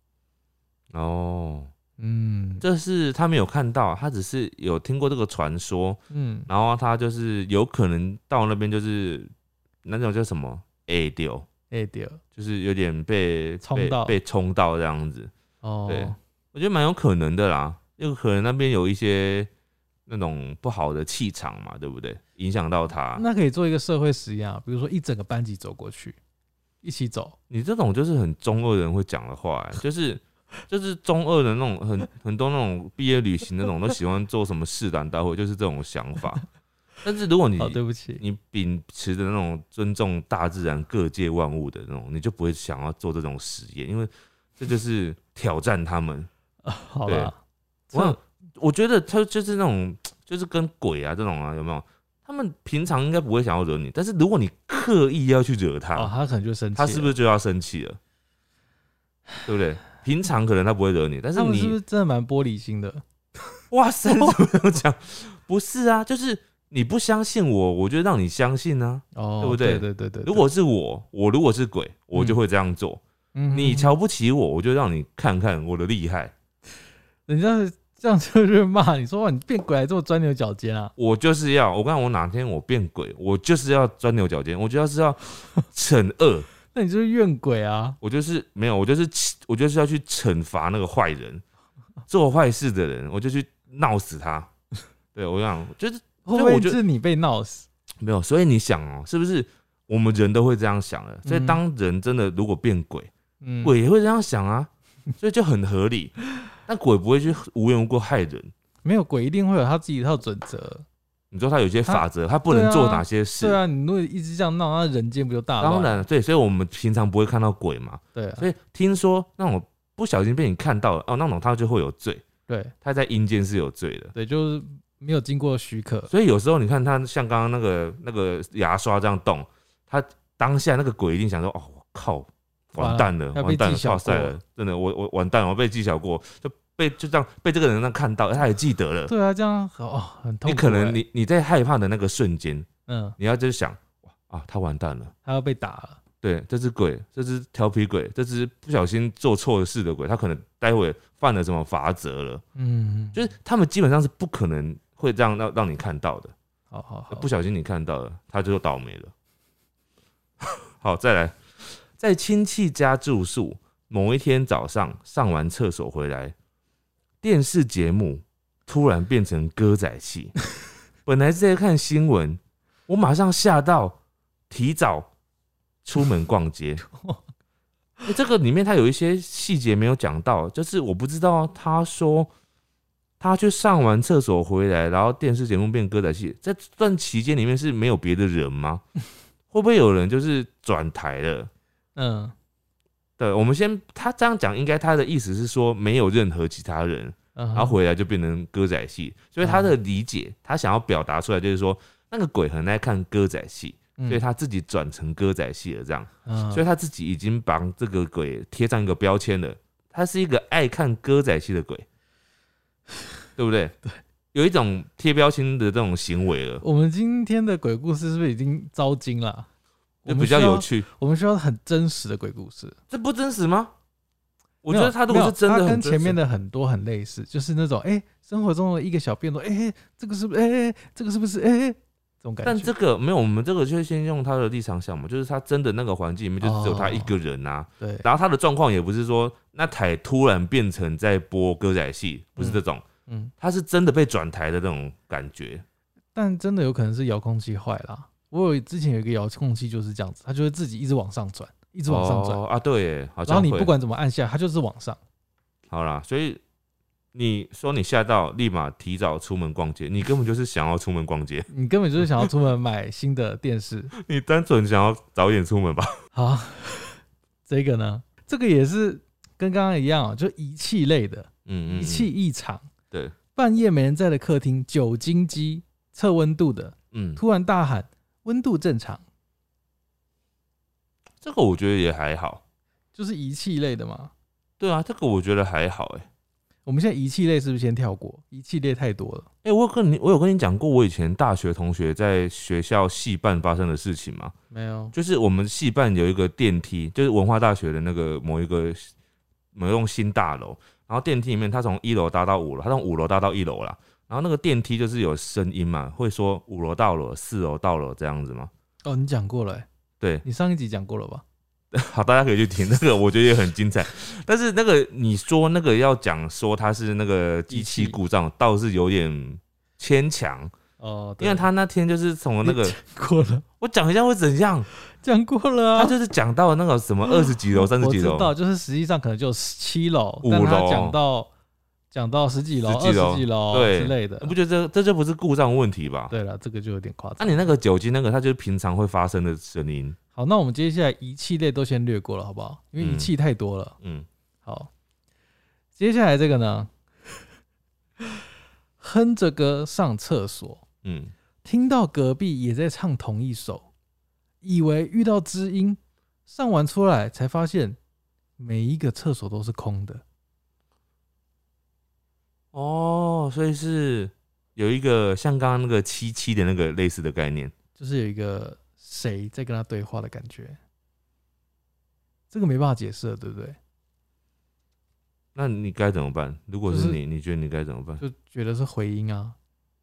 这
是他没有看到，他只是有听过这个传说。然后他就是有可能到那边就是那种叫什么 A 丢。就是有点被冲到这样子。对，我觉得蛮有可能的啦，有可能那边有一些那种不好的气场嘛，对不对？影响到他。
那可以做一个社会实验啊，比如说一整个班级走过去，一起走。
你这种就是很中二人会讲的话，就是中二的那种很多那种毕业旅行那种都喜欢做什么试胆大会，就是这种想法。但是如果你
对不起，
你秉持的那种尊重大自然各界万物的那种，你就不会想要做这种实验，因为这就是挑战他们。
好了，
我觉得他就是那种，就是跟鬼啊这种啊，有没有？他们平常应该不会想要惹你，但是如果你刻意要去惹他，
他可能就生气了。
他是不是就要生气了？对不对？平常可能他不会惹你，但是你
是不是真的蛮玻璃心的？
哇塞，怎么这样讲？不是啊，就是你不相信我，我就让你相信啊，对不对？
对。
如果是我如果是鬼，我就会这样做。你瞧不起我，我就让你看看我的厉害。
人家这样就是骂你说，你变鬼还这么钻牛角尖啊！
我就是要，我看我哪天我变鬼，我就是要钻牛角尖，我就是要惩恶。
那你就是怨鬼啊！
我就是没有，我就是要去惩罚那个坏人，做坏事的人，我就去闹死他。对，我想就是
会不会是你被闹死？
没有，所以你想哦，是不是我们人都会这样想的？所以当人真的如果变鬼，鬼也会这样想啊，所以就很合理。但鬼不会去无缘无故害人，
没有，鬼一定会有他自己一套准则。
你说他有些法则，他不能做哪些事？
对啊，你如果一直这样闹，那人间不就大乱？
当然，对，所以我们平常不会看到鬼嘛。
对啊，
所以听说那种不小心被你看到了那种他就会有罪。
对，
他在阴间是有罪的。
对，就是没有经过许可。
所以有时候你看他像刚刚那个牙刷这样动，他当下那个鬼一定想说：“哦，我靠，完蛋了，完蛋了，超赛了，真的，我完蛋了，我被记小过，就这样被这个人那看到，他也记得了。”
对啊，这样很痛苦。
你可能你在害怕的那个瞬间，你要就是想他完蛋了，
他要被打了。
对，这只鬼，这只调皮鬼，这只不小心做错事的鬼，他可能待会犯了什么法则了。就是他们基本上是不可能会这样让你看到的。
好，
不小心你看到了，他就倒霉了。好，再来，在亲戚家住宿，某一天早上上完厕所回来，电视节目突然变成歌仔戏。本来是在看新闻，我马上吓到，提早出门逛街。这个里面他有一些细节没有讲到，就是我不知道他说他去上完厕所回来，然后电视节目变歌仔戏，在这段期间里面是没有别的人吗？会不会有人就是转台了？对，我们他这样讲，应该他的意思是说没有任何其他人，然后回来就变成歌仔戏，所以他的理解，他想要表达出来就是说，那个鬼很爱看歌仔戏，所以他自己转成歌仔戏了，这样，所以他自己已经把这个鬼贴上一个标签了，他是一个爱看歌仔戏的鬼，对不对？
对，
有一种贴标签的这种行为了。
我们今天的鬼故事是不是已经招精了？
就比较有趣。
我们需要很真实的鬼故事。
这不真实吗？我觉得他如果是真的很真实，
他跟前面的很多很类似，就是那种生活中的一个小变动，这个是不是这个是不是这种感觉。
但这个没有，我们这个就先用他的立场想嘛，就是他真的那个环境里面就只有他一个人啊。
对。
然后他的状况也不是说那台突然变成在播歌仔戏，不是这种。他是真的被转台的那种感觉。
但真的有可能是遥控器坏了。之前有一个遥控器就是这样子，它就会自己一直往上转，一直往上转
啊，对耶，好像
然后你不管怎么按下，它就是往上。
好啦，所以你说你吓到，立马提早出门逛街，你根本就是想要出门逛街，
你根本就是想要出门买新的电视，
你单纯想要早点出门吧。
好，这个呢，这个也是跟刚刚一样，就仪器类的，仪器异常。
对，
半夜没人在的客厅，酒精机测温度的，突然大喊温度正常，
这个我觉得也还好，
就是仪器类的嘛。
对啊，这个我觉得还好
我们现在仪器类是不是先跳过？仪器类太多了。
我有跟你讲过我以前大学同学在学校系办发生的事情吗？
没有，就是
我们系办有一个电梯，就是文化大学的那个某一栋新大楼，然后电梯里面他从1楼搭到5楼，他从5楼搭到1楼啦。然后那个电梯就是有声音嘛，会说5楼到了，4楼到了这样子吗？
哦，你讲过了
对，
你上一集讲过了吧？
好，大家可以去听那个，我觉得也很精彩。但是那个你说那个要讲说它是那个机器故障，倒是有点牵强哦，因为他那天就是从那个
过了，
我讲一下会怎样？
讲过了啊，
他就是讲到那个什么20几楼、30几楼，
我知道，就是实际上可能就7楼、
5楼，
但他讲到10几楼、20几楼之类的，
你不觉得这就不是故障问题吧？
对了，这个就有点夸张。
那你那个酒精那个，它就是平常会发生的声音。
好，那我们接下来仪器类都先略过了，好不好？因为仪器太多了。好，接下来这个呢，哼着歌上厕所，听到隔壁也在唱同一首，以为遇到知音，上完出来才发现每一个厕所都是空的。
哦，所以是有一个像刚刚那个77的那个类似的概念，
就是有一个谁在跟他对话的感觉，这个没办法解释了，对不对？
那你该怎么办？如果是你，你觉得你该怎么办？
就觉得是回音啊，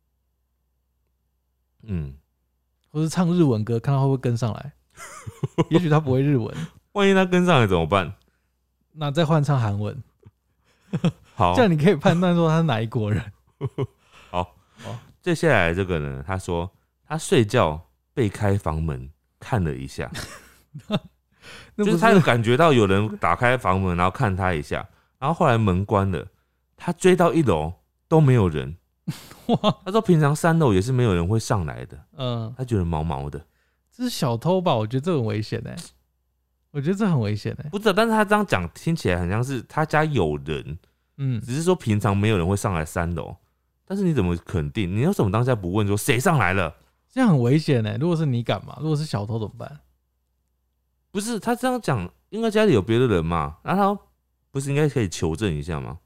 或是唱日文歌，看他会不会跟上来。也许他不会日文，
万一他跟上来怎么办？
那再换唱韩文。
好，
这样你可以判断说他是哪一国人。
好，接下来这个呢，他说他睡觉被开房门看了一下，就是他有感觉到有人打开房门，然后看他一下，然后后来门关了，他追到1楼都没有人。他说平常3楼也是没有人会上来的，他觉得毛毛的。
这是小偷吧？我觉得这很危险我觉得这很危险
不知道，但是他这样讲听起来很像是他家有人，只是说平常没有人会上来3楼，但是你怎么肯定？你为什么当下不问说谁上来了？
这样很危险如果是你敢吗？如果是小偷怎么办？
不是他这样讲，应该家里有别的人嘛，然后他不是应该可以求证一下吗？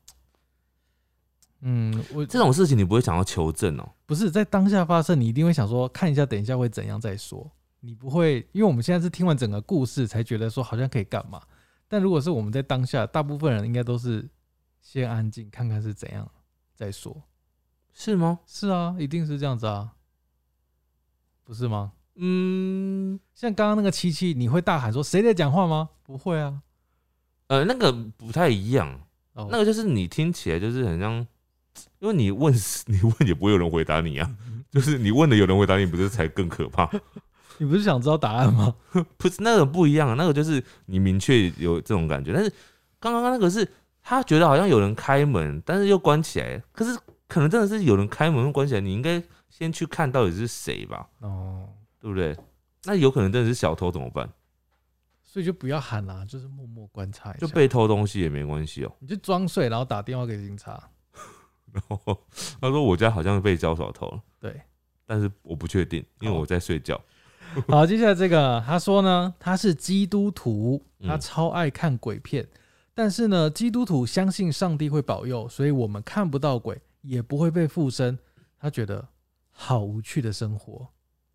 这种事情你不会想要求证哦？
不是在当下发生，你一定会想说看一下，等一下会怎样再说。你不会，因为我们现在是听完整个故事才觉得说好像可以干嘛。但如果是我们在当下，大部分人应该都是先安静，看看是怎样再说。
是吗？
是啊，一定是这样子啊，不是吗？像刚刚那个77，你会大喊说谁在讲话吗？不会啊。
那个不太一样，那个就是你听起来就是很像，因为你问也不会有人回答你啊，就是你问的有人回答你，不是才更可怕？
你不是想知道答案吗？
不是，那个不一样，那个就是你明确有这种感觉，但是刚刚那个是他觉得好像有人开门，但是又关起来，可是可能真的是有人开门又关起来，你应该先去看到底是谁吧？对不对？那有可能真的是小偷怎么办？
所以就不要喊啦，就是默默观察一下，
就被偷东西也没关系哦。
你就装睡，然后打电话给警察。
然后他说我家好像被遭小偷了，
对，
但是我不确定，因为我在睡觉。
好，接下来这个他说呢，他是基督徒，他超爱看鬼片，但是呢，基督徒相信上帝会保佑，所以我们看不到鬼，也不会被附身。 他觉得好无趣的生活。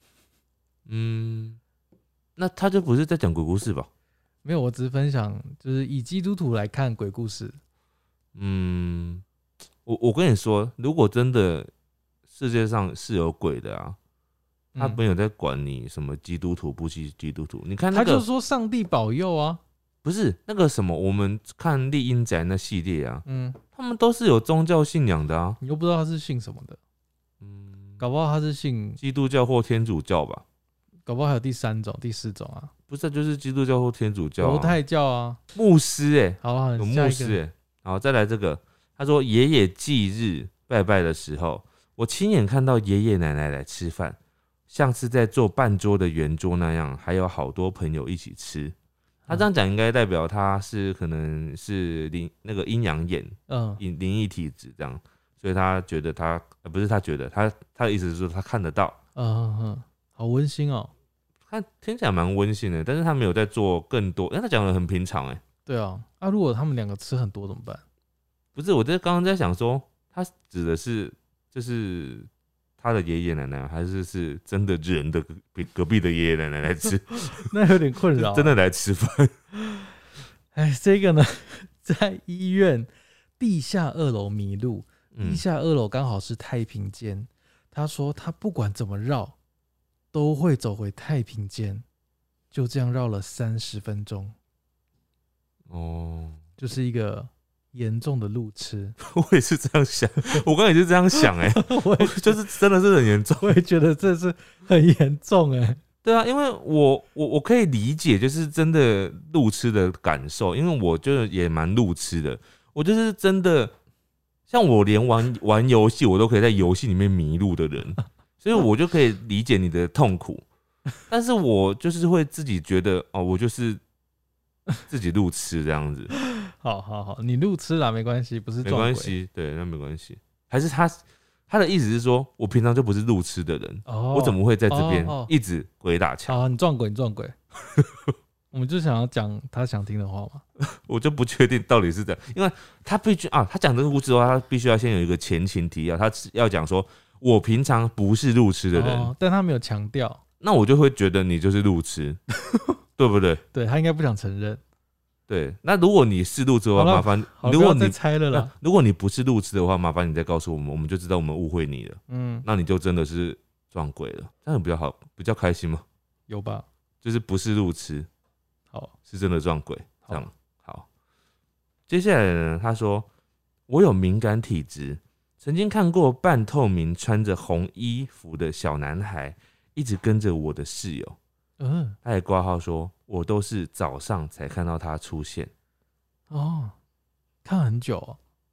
那他就不是在讲鬼故事吧？
没有，我只是分享，就是以基督徒来看鬼故事。
我跟你说，如果真的世界上是有鬼的啊，他没有在管你什么基督徒不基督徒。你看那个，
他就说上帝保佑啊，
不是那个什么，我们看丽英宅那系列啊，他们都是有宗教信仰的啊。
你又不知道他是信什么的，搞不好他是信
基督教或天主教吧？
搞不好还有第3种、第4种啊，
不是，就是基督教或天主教、
犹太教啊，
牧师
好了，
有牧师好，再来这个，他说爷爷忌日拜拜的时候，我亲眼看到爷爷奶奶来吃饭，像是在做半桌的圆桌那样，还有好多朋友一起吃。他这样讲应该代表他是可能是那个阴阳眼，灵异体质这样，所以他觉得他不是他觉得他的意思是说他看得到，
好温馨哦。
他听起来蛮温馨的，但是他没有在做更多，因为他讲的很平常
对啊，如果他们2个吃很多怎么办？
不是，我刚刚在想说，他指的是就是他的爷爷奶奶，还是真的人的隔壁的爷爷奶奶来吃？
那有点困扰，
真的来吃饭。
这个呢，在医院地下2楼迷路，地下2楼刚好是太平间。他说他不管怎么绕，都会走回太平间，就这样绕了30分钟。就是一个严重的路痴。
我也是这样想，我刚才也是这样想我就是真的是很严重。
我也觉得这是很严重
对啊，因为我可以理解，就是真的路痴的感受，因为我就也蛮路痴的。我就是真的，像我连玩游戏，我都可以在游戏里面迷路的人，所以我就可以理解你的痛苦。但是我就是会自己觉得，我就是自己路痴这样子。
好，你路痴啦，没关系，不是撞鬼，
没关系，对，那没关系。还是他的意思是说，我平常就不是路痴的人，我怎么会在这边一直鬼打墙？
你撞鬼，我们就想要讲他想听的话嘛。
我就不确定到底是这样，因为他必须他讲这个故事的话，他必须要先有一个前情提要，他要讲说我平常不是路痴的人，
但他没有强调，
那我就会觉得你就是路痴，对不对？
对，他应该不想承认。
对，那如果你是路痴的话，麻烦如果你
再猜了啦，
如果你不是路痴的话，麻烦你再告诉我们，我们就知道我们误会你了。那你就真的是撞鬼了，这样比较好，比较开心吗？
有吧？
就是不是路痴，
好，
是真的撞鬼，这样好。接下来呢，他说我有敏感体质，曾经看过半透明穿着红衣服的小男孩一直跟着我的室友。他也挂号说，我都是早上才看到他出现。
看很久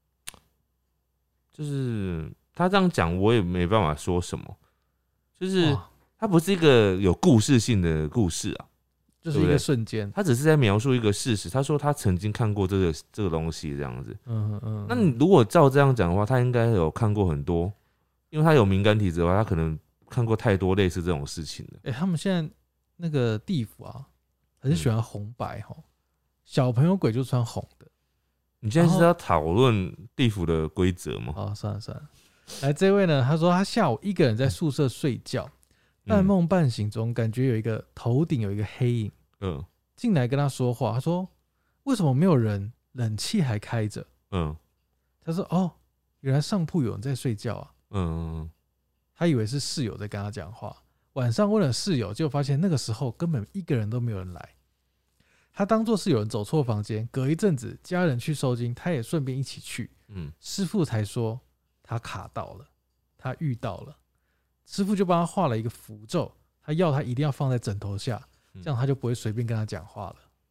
就是他这样讲，我也没办法说什么。就是他不是一个有故事性的故事啊，
就是一个瞬间，
他只是在描述一个事实。他说他曾经看过这个东西这样子。那你如果照这样讲的话，他应该有看过很多，因为他有敏感体质的话，他可能看过太多类似这种事情了。
他们现在那个地府很喜欢红白小朋友鬼就穿红的。
你现在是要讨论地府的规则吗？
算了。来，这位呢，他说他下午一个人在宿舍睡觉，半梦半醒中感觉有一个头顶有一个黑影，进来跟他说话。他说为什么没有人，冷气还开着？他说原来上铺有人在睡觉啊。他以为是室友在跟他讲话。晚上问了室友，就发现那个时候根本一个人都没有人来。他当作是有人走错房间，隔一阵子家人去收金，他也顺便一起去。师傅才说他卡到了，他遇到了。师傅就帮他画了一个符咒，他要他一定要放在枕头下，这样他就不会随便跟他讲话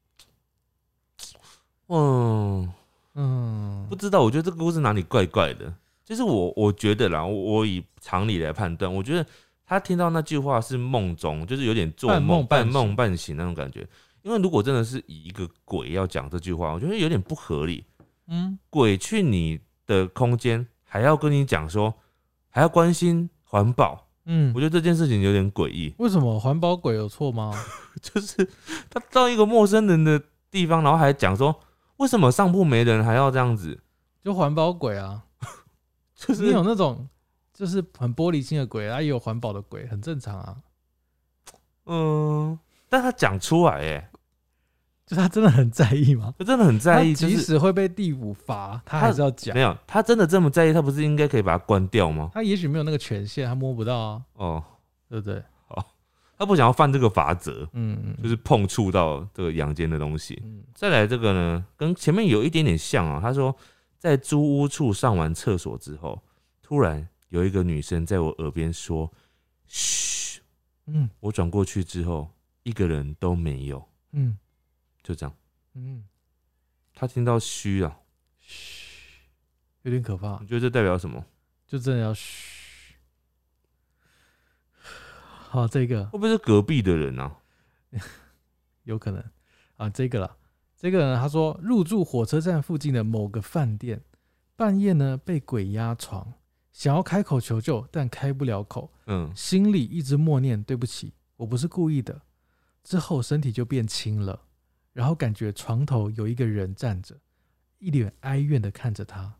了。
不知道，我觉得这个故事哪里怪怪的。就是我觉得啦，我以常理来判断，我觉得他听到那句话是梦中，就是有点做梦半梦半醒那种感觉。因为如果真的是以一个鬼要讲这句话，我觉得有点不合理。鬼去你的空间还要跟你讲说，还要关心环保，我觉得这件事情有点诡异。
为什么环保鬼有错吗？
就是他到一个陌生人的地方，然后还讲说，为什么上铺没人还要这样子？
就环保鬼啊，
就是
你有那种就是很玻璃心的鬼，也有环保的鬼，很正常啊。
但他讲出来，哎，
就他真的很在意吗？
他真的很在意，
即使会被地府罚，他还是要讲。
没有，他真的这么在意，他不是应该可以把它关掉吗？
他也许没有那个权限，他摸不到啊。
哦，
对不对？
好，他不想要犯这个法则，
就是
碰触到这个阳间的东西。再来这个呢，跟前面有一点点像啊。他说，在租屋处上完厕所之后，突然有一个女生在我耳边说：“嘘。”我转过去之后，一个人都没有。就这样。他听到嘘啊，
嘘，有点可怕。
你觉得这代表什么？
就真的要嘘。好，这个
会不会是隔壁的人啊？
有可能啊，这个啦。这个呢，他说入住火车站附近的某个饭店，半夜呢被鬼压床，想要开口求救，但开不了口。心里一直默念对不起，我不是故意的。之后身体就变轻了，然后感觉床头有一个人站着，一脸哀怨的看着他。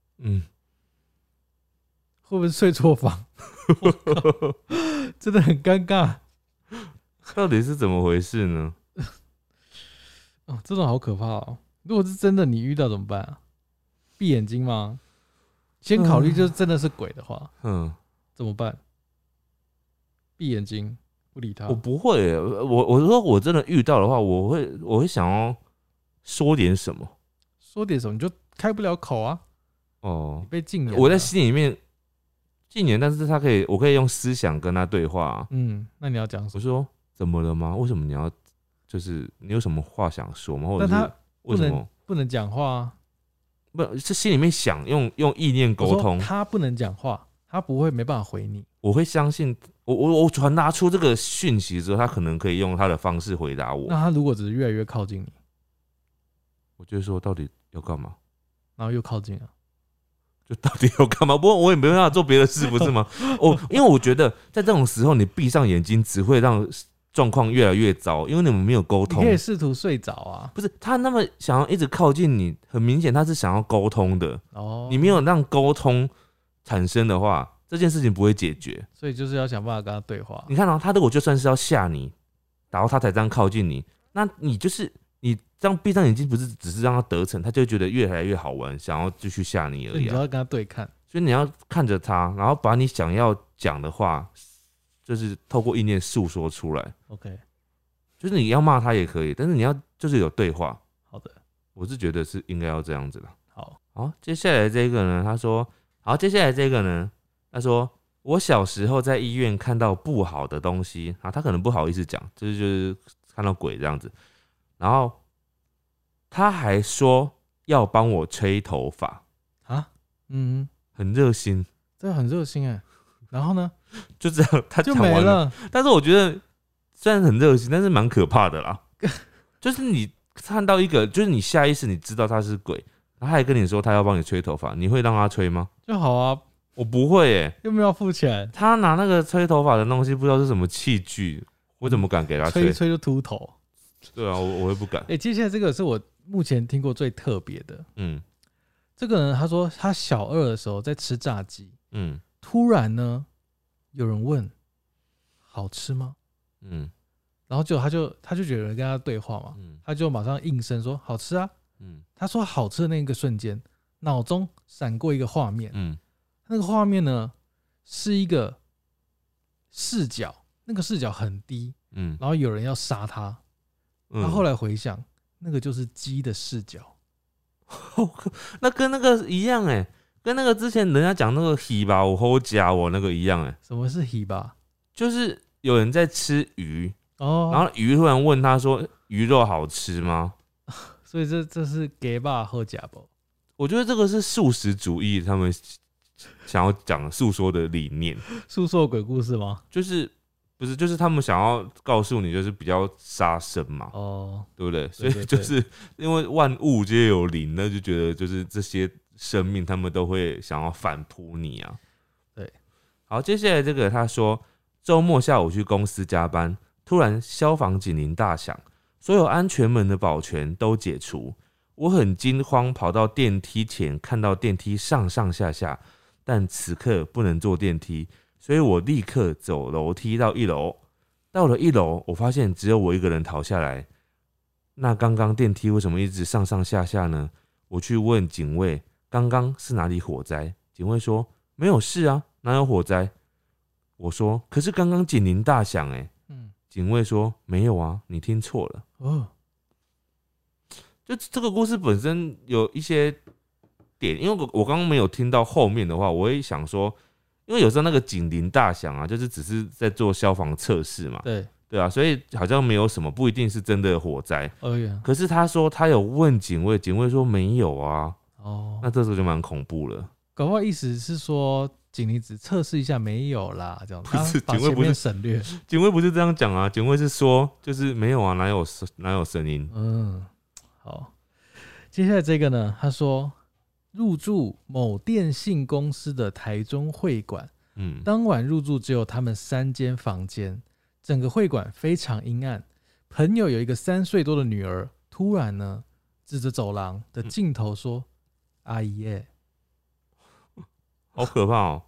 会不会是睡错房？我靠，真的很尴尬。
到底是怎么回事呢？
这种好可怕哦！如果是真的，你遇到怎么办啊？闭眼睛吗？先考虑，就是真的是鬼的话，怎么办？闭眼睛，不理他。
我不会耶，我说我真的遇到的话，我会想要说点什么。
说点什么？你就开不了口啊。你被禁言。
我在心里面禁言，但是我可以用思想跟他对话啊。
那你要讲什么？
我说怎么了吗？为什么你要？就是你有什么话想说吗？或者
是他
为什么
不能讲话啊？
不是心里面想用意念沟通。
他不能讲话，他没办法回你。
我会相信我传达出这个讯息之后，他可能可以用他的方式回答我。
那他如果只是越来越靠近你，
我就说到底要干嘛？
然后又靠近了，
就到底要干嘛？不过我也没办法做别的事，不是吗？因为我觉得在这种时候，你闭上眼睛只会让状况越来越糟，因为你们没有沟通。
你可以试图睡着啊。
不是他那么想要一直靠近你，很明显他是想要沟通的。你没有让沟通产生的话，这件事情不会解决。
所以就是要想办法跟他对话。
你看他如果就算是要吓你，然后他才这样靠近你，那你就是你这样闭上眼睛，不是只是让他得逞，他就会觉得越来越好玩，想要继续吓你而已。
你就要跟他对看，
所以你要看着他，然后把你想要讲的话，就是透过意念诉说出来。
OK，
就是你要骂他也可以，但是你要就是有对话。
好的，
我是觉得是应该要这样子的。
好，
接下来这个呢，他说，接下来这个呢，他说我小时候在医院看到不好的东西他可能不好意思讲，就是看到鬼这样子，然后他还说要帮我吹头发
啊，
很热心，
这个很热心哎。然后呢，
就这样他
就没了。
但是我觉得虽然很热心，但是蛮可怕的啦。就是你看到一个，就是你下意识你知道他是鬼，然后他还跟你说他要帮你吹头发，你会让他吹吗？
就好啊，
我不会耶，
又没有付钱。
他拿那个吹头发的东西，不知道是什么器具，我怎么敢给他吹？
吹一吹就秃头。
对啊，我会不敢。
接下来这个是我目前听过最特别的。这个人他说他小2的时候在吃炸鸡，突然呢有人问好吃吗？然后他就觉得有人跟他对话嘛，他就马上应声说好吃啊。他说好吃的那个瞬间，脑中闪过一个画面，那个画面呢是一个视角，那个视角很低，然后有人要杀他。他后来回想，那个就是鸡的视角。
那跟那个一样哎，跟那个之前人家讲那个鱼吧，我好夹我那个一样哎。
什么是鱼吧？
就是有人在吃鱼然后鱼突然问他说：“鱼肉好吃吗？”
所以这是给吧或假吧？
我觉得这个是素食主义他们想要讲诉说的理念。
诉说鬼故事吗？
不是就是他们想要告诉你，就是比较杀生嘛，对不对？所以就是因为万物皆有灵，那就觉得就是这些生命他们都会想要反扑你啊。
对，
好，接下来这个他说，周末下午去公司加班，突然消防警铃大响，所有安全门的保全都解除，我很惊慌，跑到电梯前，看到电梯上上下下但此刻不能坐电梯，所以我立刻走楼梯到1楼。到了1楼，我发现只有我一个人逃下来。那刚刚电梯为什么一直上上下下呢？我去问警卫，刚刚是哪里火灾？警卫说没有事啊，哪有火灾？我说可是刚刚警铃大响欸。警卫说没有啊，你听错了。就这个故事本身有一些点，因为我刚刚没有听到后面的话，我会想说，因为有时候那个警铃大响啊，就是只是在做消防测试嘛，对啊，所以好像没有什么，不一定是真的火灾。可是他说他有问警卫，警卫说没有啊。那这时候就蛮恐怖了。
搞不好意思是说警铃只测试一下没有啦，这样
不是
把前面省略。
警卫不是这样讲啊，警卫是说就是没有啊，哪有声音。
好，接下来这个呢，他说入住某电信公司的台中会馆，当晚入住只有他们3间房间，整个会馆非常阴暗。朋友有一个3岁多的女儿，突然呢指着走廊的尽头说：“阿姨耶！”
好可怕哦，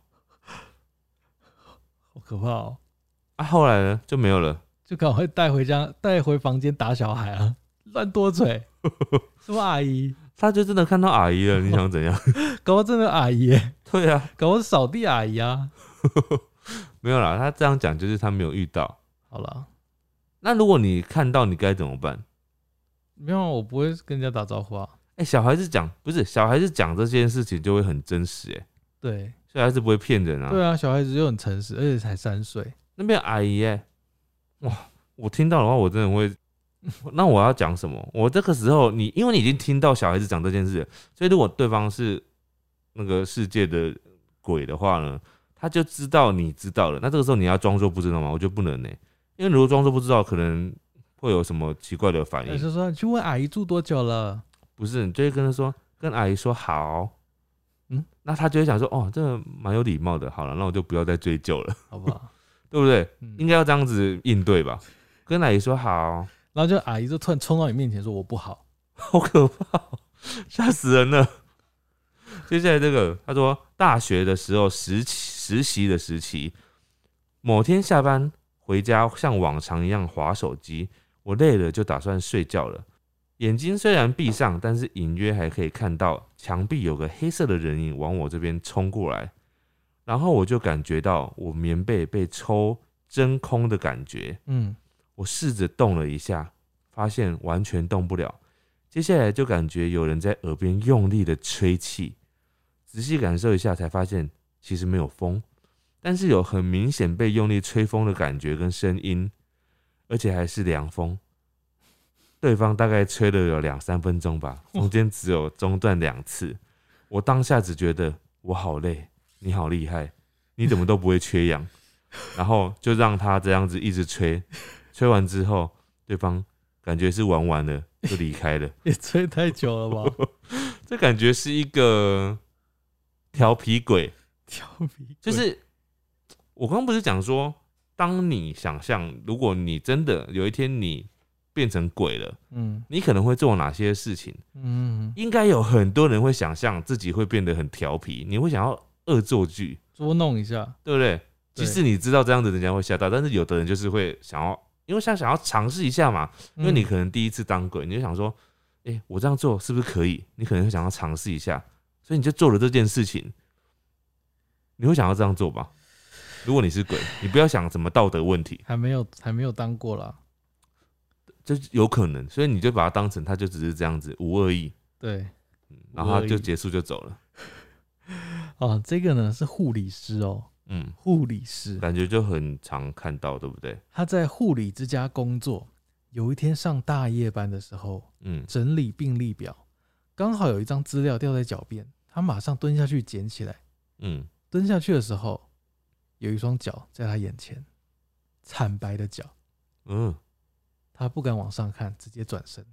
好可怕哦！
后来呢就没有了，
就赶快带回房间打小孩啊，乱多嘴。什么阿姨？
他就真的看到阿姨了，你想怎样？
搞不好真的阿姨耶？
对啊，
搞不好是扫地阿姨啊。
没有啦，他这样讲就是他没有遇到。
好了，
那如果你看到，你该怎么办？
没有，我不会跟人家打招呼啊。
小孩子讲不是小孩子讲这件事情就会很真实
对，
小孩子不会骗人啊。
对啊，小孩子就很诚实，而且才3岁。
那边阿姨哇，我听到的话我真的会。那我要讲什么？我这个时候因为你已经听到小孩子讲这件事了，所以如果对方是那个世界的鬼的话呢，他就知道你知道了。那这个时候你要装作不知道吗？我觉得不能因为如果装作不知道，可能会有什么奇怪的反应。
就是说，你去问阿姨住多久了？
不是，你就会跟阿姨说好。那他就会想说，哦，这个蛮有礼貌的。好了，那我就不要再追究了，
好不好？
对不对？应该要这样子应对吧？跟阿姨说好。
然后就阿姨就突然冲到你面前说：“我不好。”
好可怕，吓死人了。接下来这个，他说大学的时候实习的时期，某天下班回家，像往常一样滑手机，我累了就打算睡觉了。眼睛虽然闭上，但是隐约还可以看到墙壁有个黑色的人影往我这边冲过来，然后我就感觉到我棉被被抽真空的感觉。我试着动了一下，发现完全动不了。接下来就感觉有人在耳边用力的吹气，仔细感受一下才发现其实没有风，但是有很明显被用力吹风的感觉跟声音，而且还是凉风。对方大概吹了有2-3分钟吧，中间只有中断2次。我当下只觉得我好累，你好厉害，你怎么都不会缺氧。然后就让他这样子一直吹。吹完之后，对方感觉是玩完了就离开了。
也吹太久了吧？
这感觉是一个调皮鬼。就是我刚刚不是讲说，当你想象，如果你真的有一天你变成鬼了，你可能会做哪些事情？应该有很多人会想象自己会变得很调皮，你会想要恶作剧，
捉弄一下，
对不对？即使你知道这样子人家会吓到，但是有的人就是会想要。因为想要尝试一下嘛，因为你可能第一次当鬼，你就想说，我这样做是不是可以？你可能会想要尝试一下，所以你就做了这件事情。你会想要这样做吧？如果你是鬼，你不要想什么道德问题，
还没有当过啦，
就有可能，所以你就把它当成他就只是这样子无恶意，
对，
然后他就结束就走了。
这个呢是护理师护理师
感觉就很常看到，对不对？
他在护理之家工作，有一天上大夜班的时候，整理病历表，刚好有一张资料掉在脚边，他马上蹲下去捡起来，蹲下去的时候，有一双脚在他眼前，惨白的脚，他不敢往上看，直接转身，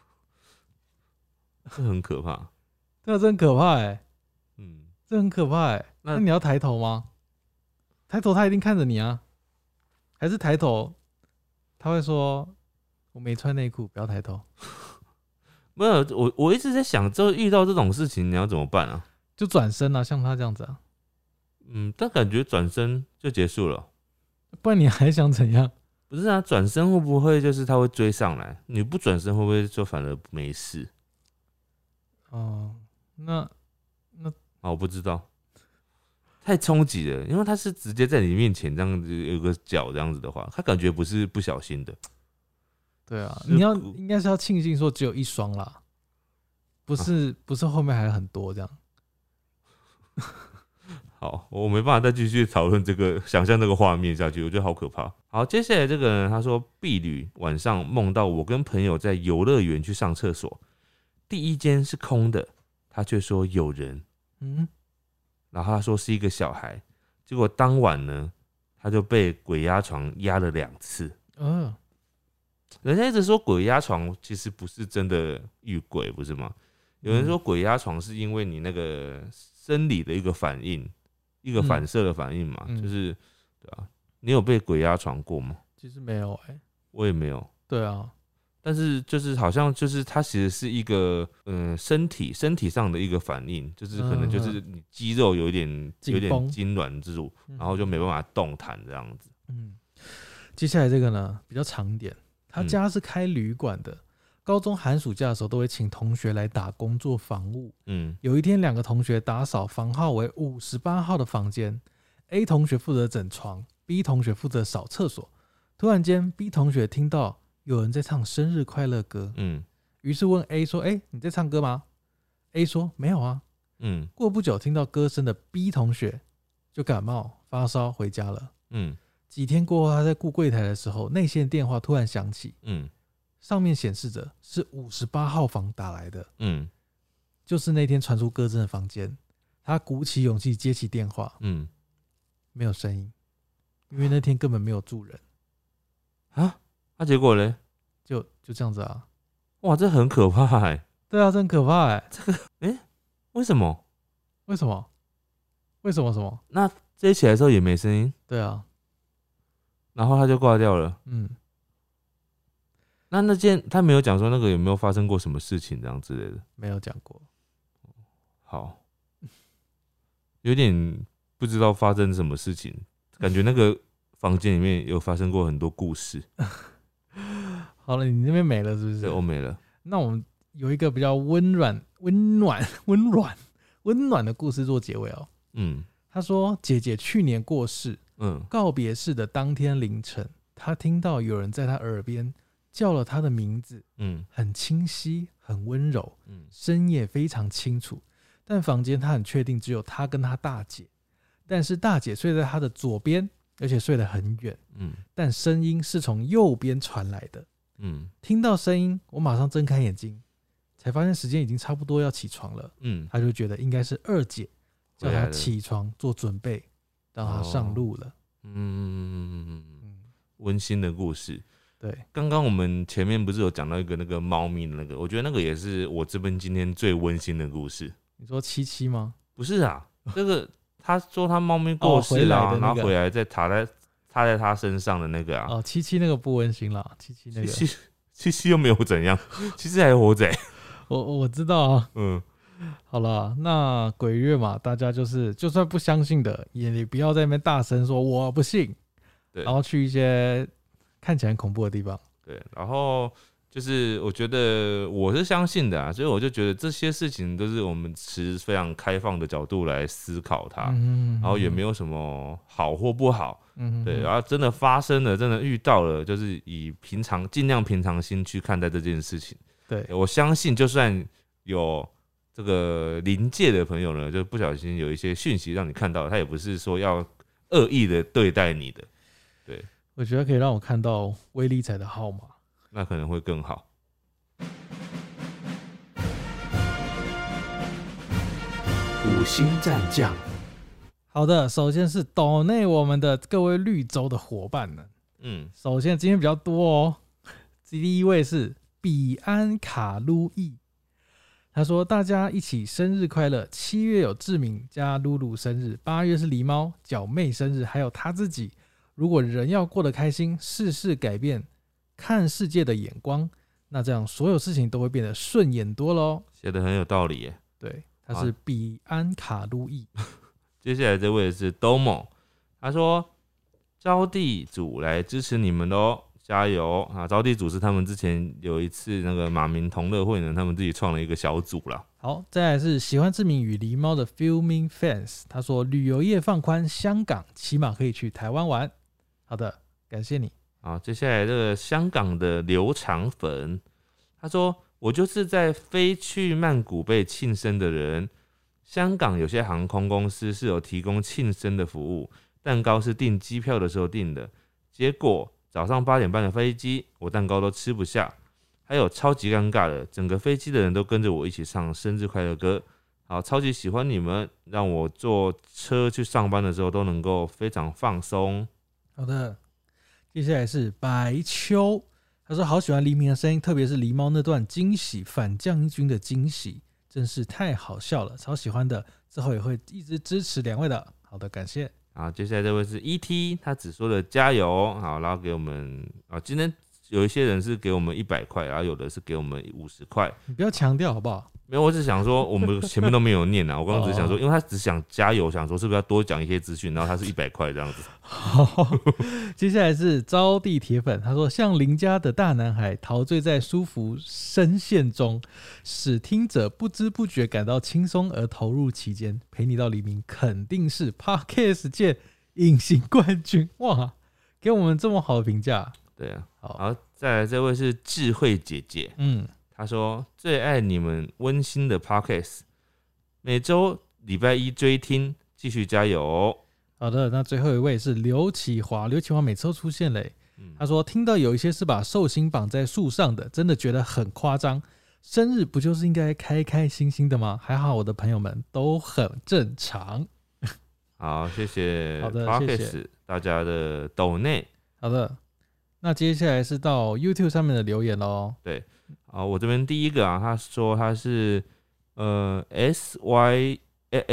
这很可怕，
这真可怕这很可怕那你要抬头吗？抬头他一定看着你啊，还是抬头他会说我没穿内裤，不要抬头。
没有，我一直在想，就遇到这种事情你要怎么办啊？
就转身啊，像他这样子啊。
但感觉转身就结束了。
不然你还想怎样？
不是啊，转身会不会就是他会追上来？你不转身会不会就反而没事？
哦，那
我不知道，太冲击了，因为他是直接在你面前这样子有个脚这样子的话，他感觉不是不小心的。
对啊，你应该是要庆幸说只有一双啦，不是后面还有很多这样。
好，我没办法再继续讨论这个，想象这个画面下去，我觉得好可怕。好，接下来这个人他说，婢女晚上梦到我跟朋友在游乐园去上厕所，第一间是空的，他却说有人，然后他说是一个小孩，结果当晚呢，他就被鬼压床压了2次。人家一直说鬼压床其实不是真的遇鬼，不是吗？有人说鬼压床是因为你那个生理的一个反应。一个反射的反应嘛，就是对啊，你有被鬼压床过吗？
其实没有
我也没有。
对啊，
但是就是好像就是它其实是一个身体上的一个反应，就是可能就是你肌肉有点痉挛住，然后就没办法动弹这样子。
接下来这个呢比较长一点，他家是开旅馆的。高中寒暑假的时候，都会请同学来打工做房务。有一天，2个同学打扫房号为58号的房间 ，A 同学负责整床 ，B 同学负责扫厕所。突然间 ，B 同学听到有人在唱生日快乐歌，于是问 A 说：“你在唱歌吗？” A 说：“没有啊。”过不久，听到歌声的 B 同学就感冒发烧回家了。几天过后，他在顾柜台的时候，内线电话突然响起。上面显示着是58号房打来的，就是那天传出歌声的房间。他鼓起勇气接起电话，没有声音，因为那天根本没有住人
啊。结果嘞，
就这样子啊。
哇，这很可怕
对啊，这很可怕
这个为什么？
为什么？什么？
那接起来的时候也没声音。
对啊，
然后他就挂掉了。那件他没有讲说那个有没有发生过什么事情这样之类的，
没有讲过。
好，有点不知道发生什么事情，感觉那个房间里面有发生过很多故事。
好了，你那边没了是不是？
对，我没了。
那我们有一个比较温暖的故事做结尾哦。他说姐姐去年过世，告别式的当天凌晨，他听到有人在他耳边叫了他的名字，很清晰，很温柔，声也非常清楚。但房间他很确定只有他跟他大姐，但是大姐睡在他的左边，而且睡得很远，但声音是从右边传来的。听到声音，我马上睁开眼睛，才发现时间已经差不多要起床了。他就觉得应该是二姐叫他起床做准备，让他上路了。
温馨的故事。
对，
刚刚我们前面不是有讲到一个那个猫咪的那个，我觉得那个也是我这边今天最温馨的故事。
你说77吗？
不是啊，这个他说他猫咪过世了，然后回来再踏在他身上的那个啊。
77那个不温馨啦，77那个。
77又没有怎样，77还活着。
我知道啊。好了，那鬼月嘛，大家就算不相信的，也不要在那边大声说我不信，然后去一些看起来很恐怖的地方。
对，然后就是我觉得我是相信的啊，所以我就觉得这些事情都是我们持非常开放的角度来思考它，然后也没有什么好或不好。对，然后真的发生了，真的遇到了，就是以尽量平常心去看待这件事情。
对，
我相信就算有这个临界的朋友呢，就不小心有一些讯息让你看到，他也不是说要恶意的对待你的。对，
我觉得可以让我看到威力彩的号码，
那可能会更好。
5星战将。
好的，首先是斗内我们的各位绿洲的伙伴们。首先今天比较多哦。第一位是比安卡路易，他说大家一起生日快乐，7月有志明加露露生日，8月是狸猫角妹生日，还有他自己。如果人要过得开心，事事改变看世界的眼光，那这样所有事情都会变得顺眼多咯。
写得很有道理耶。
对，他是比安卡路易。
接下来这位是 Domo， 他说招娣组来支持你们咯，加油啊！招娣组是他们之前有一次那个马明同乐会呢，他们自己创了一个小组啦。
好，再来是喜欢志明与狸猫的 Filming Fans， 他说旅游业放宽，香港起码可以去台湾玩。好的，感谢你。
好，接下来这个香港的刘长粉，他说我就是在飞去曼谷被庆生的人。香港有些航空公司是有提供庆生的服务，蛋糕是订机票的时候订的，结果早上8点半的飞机，我蛋糕都吃不下，还有超级尴尬的，整个飞机的人都跟着我一起唱生日快乐歌。好，超级喜欢你们，让我坐车去上班的时候都能够非常放松。
好的，接下来是白秋，他说好喜欢黎明的声音，特别是狸猫那段惊喜反将一军的惊喜，真是太好笑了，超喜欢的，之后也会一直支持2位的。好的，感谢。
好，接下来这位是 ET， 他只说了加油，好，然后给我们今天有一些人是给我们100块，然后有的是给我们50块。
你不要强调好不好？
没有，我只想说我们前面都没有念啊，我刚刚只是想说，因为他只想加油，想说是不是要多讲一些资讯，然后他是100块这样子。
好，接下来是招娣铁粉，他说像邻家的大男孩陶醉在舒服声线中，使听者不知不觉感到轻松而投入其间。陪你到黎明肯定是 Podcast 界隐形冠军，哇，给我们这么好的评价。
对啊，
好，
再来这位是智慧姐姐，他说最爱你们温馨的 Podcast， 每周礼拜一追听，继续加油哦。
好的，那最后一位是刘启华，刘启华每次都出现嘞。他说听到有一些是把寿星绑在树上的，真的觉得很夸张。生日不就是应该开开心心的吗？还好我的朋友们都很正常。
好，谢谢
Podcast
谢谢大家的抖内。
好的，那接下来是到 YouTube 上面的留言咯。
对，我这边第一个他说他是SIUPI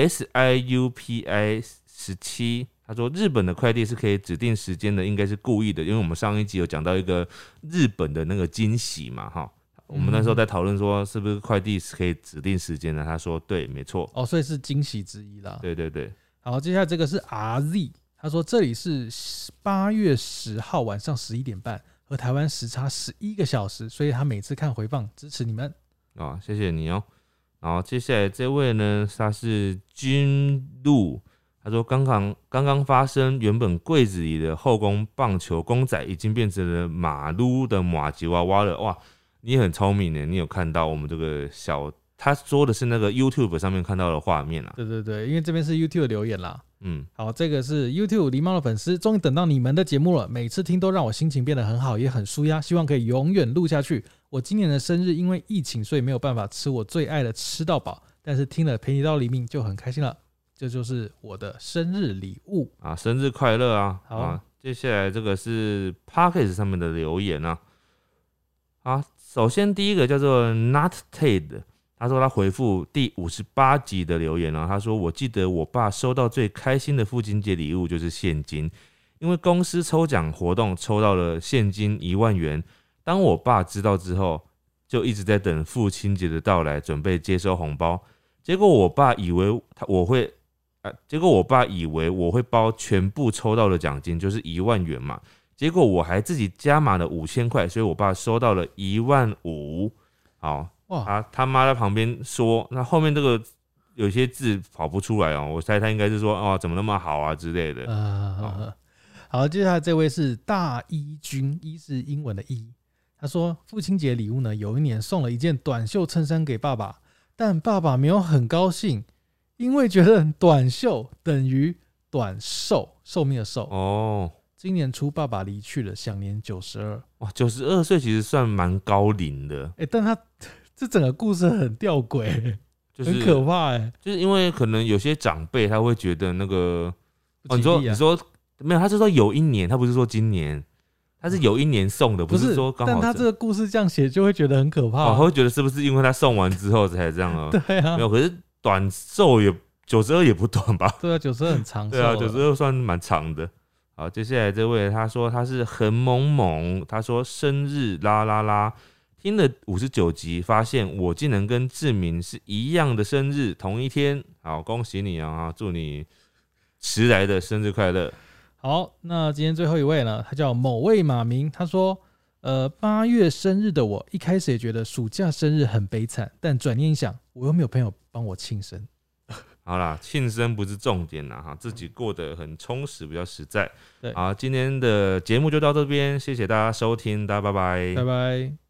17，他说日本的快递是可以指定时间的，应该是故意的，因为我们上一集有讲到一个日本的那个惊喜嘛，哈。我们那时候在讨论说是不是快递是可以指定时间的，他说对，没错。
所以是惊喜之一啦。
对对对。
好，接下来这个是 RZ， 他说这里是8月10号晚上11点半，和台湾时差11个小时，所以他每次看回放，支持你们。
谢谢你哦。然后接下来这位呢，他是君路，他说刚刚发生，原本柜子里的后宫棒球公仔已经变成了马路的马吉娃娃了。哇，你很聪明呢，你有看到我们这个他说的是那个 YouTube 上面看到的画面啊。
对对对，因为这边是 YouTube 的留言啦。好，这个是 YouTube 狸猫的粉丝，终于等到你们的节目了，每次听都让我心情变得很好，也很舒压，希望可以永远录下去。我今年的生日因为疫情，所以没有办法吃我最爱的吃到饱，但是听了陪你到黎明就很开心了，这就是我的生日礼物
啊！生日快乐啊！
好，
接下来这个是 Podcast 上面的留言啊。首先第一个叫做 Not Ted。他说他回复第58集的留言他说我记得我爸收到最开心的父亲节礼物就是现金，因为公司抽奖活动抽到了现金1万元。当我爸知道之后，就一直在等父亲节的到来，准备接收红包。结果我爸以为我会包全部抽到的奖金，就是1万元嘛。结果我还自己加码了5000块，所以我爸收到了15000。好。他妈在旁边说，那后面这个有些字跑不出来我猜他应该是说怎么那么好啊之类的。
好，接下来这位是大一军，一是英文的一。他说父亲节礼物呢，有一年送了一件短袖衬衫给爸爸，但爸爸没有很高兴，因为觉得短袖等于短寿，寿命的寿。今年初爸爸离去了，享年92。
哇，92岁其实算蛮高龄的。
但他这整个故事很吊诡，
就是
很可怕
就是因为可能有些长辈他会觉得那个
你
说没有，他是说有一年，他不是说今年，他是有一年送的，不是说刚好。
但他这个故事这样写就会觉得很可怕。
他会觉得是不是因为他送完之后才这样
对啊，
没有，可是短寿也92也不短吧？
对啊，92很长寿。
对啊，92算蛮长的。好，接下来这位他说他是很萌萌，他说生日啦啦啦。听了59集，发现我竟然跟志明是一样的生日，同一天。好，恭喜你啊！祝你迟来的生日快乐。
好，那今天最后一位呢，他叫某位马明，他说，8月生日的我，一开始也觉得暑假生日很悲惨，但转念一想，我又没有朋友帮我庆生。
好啦，庆生不是重点啦，自己过得很充实比较实在。
对，
好，今天的节目就到这边，谢谢大家收听，大家拜拜，
拜拜。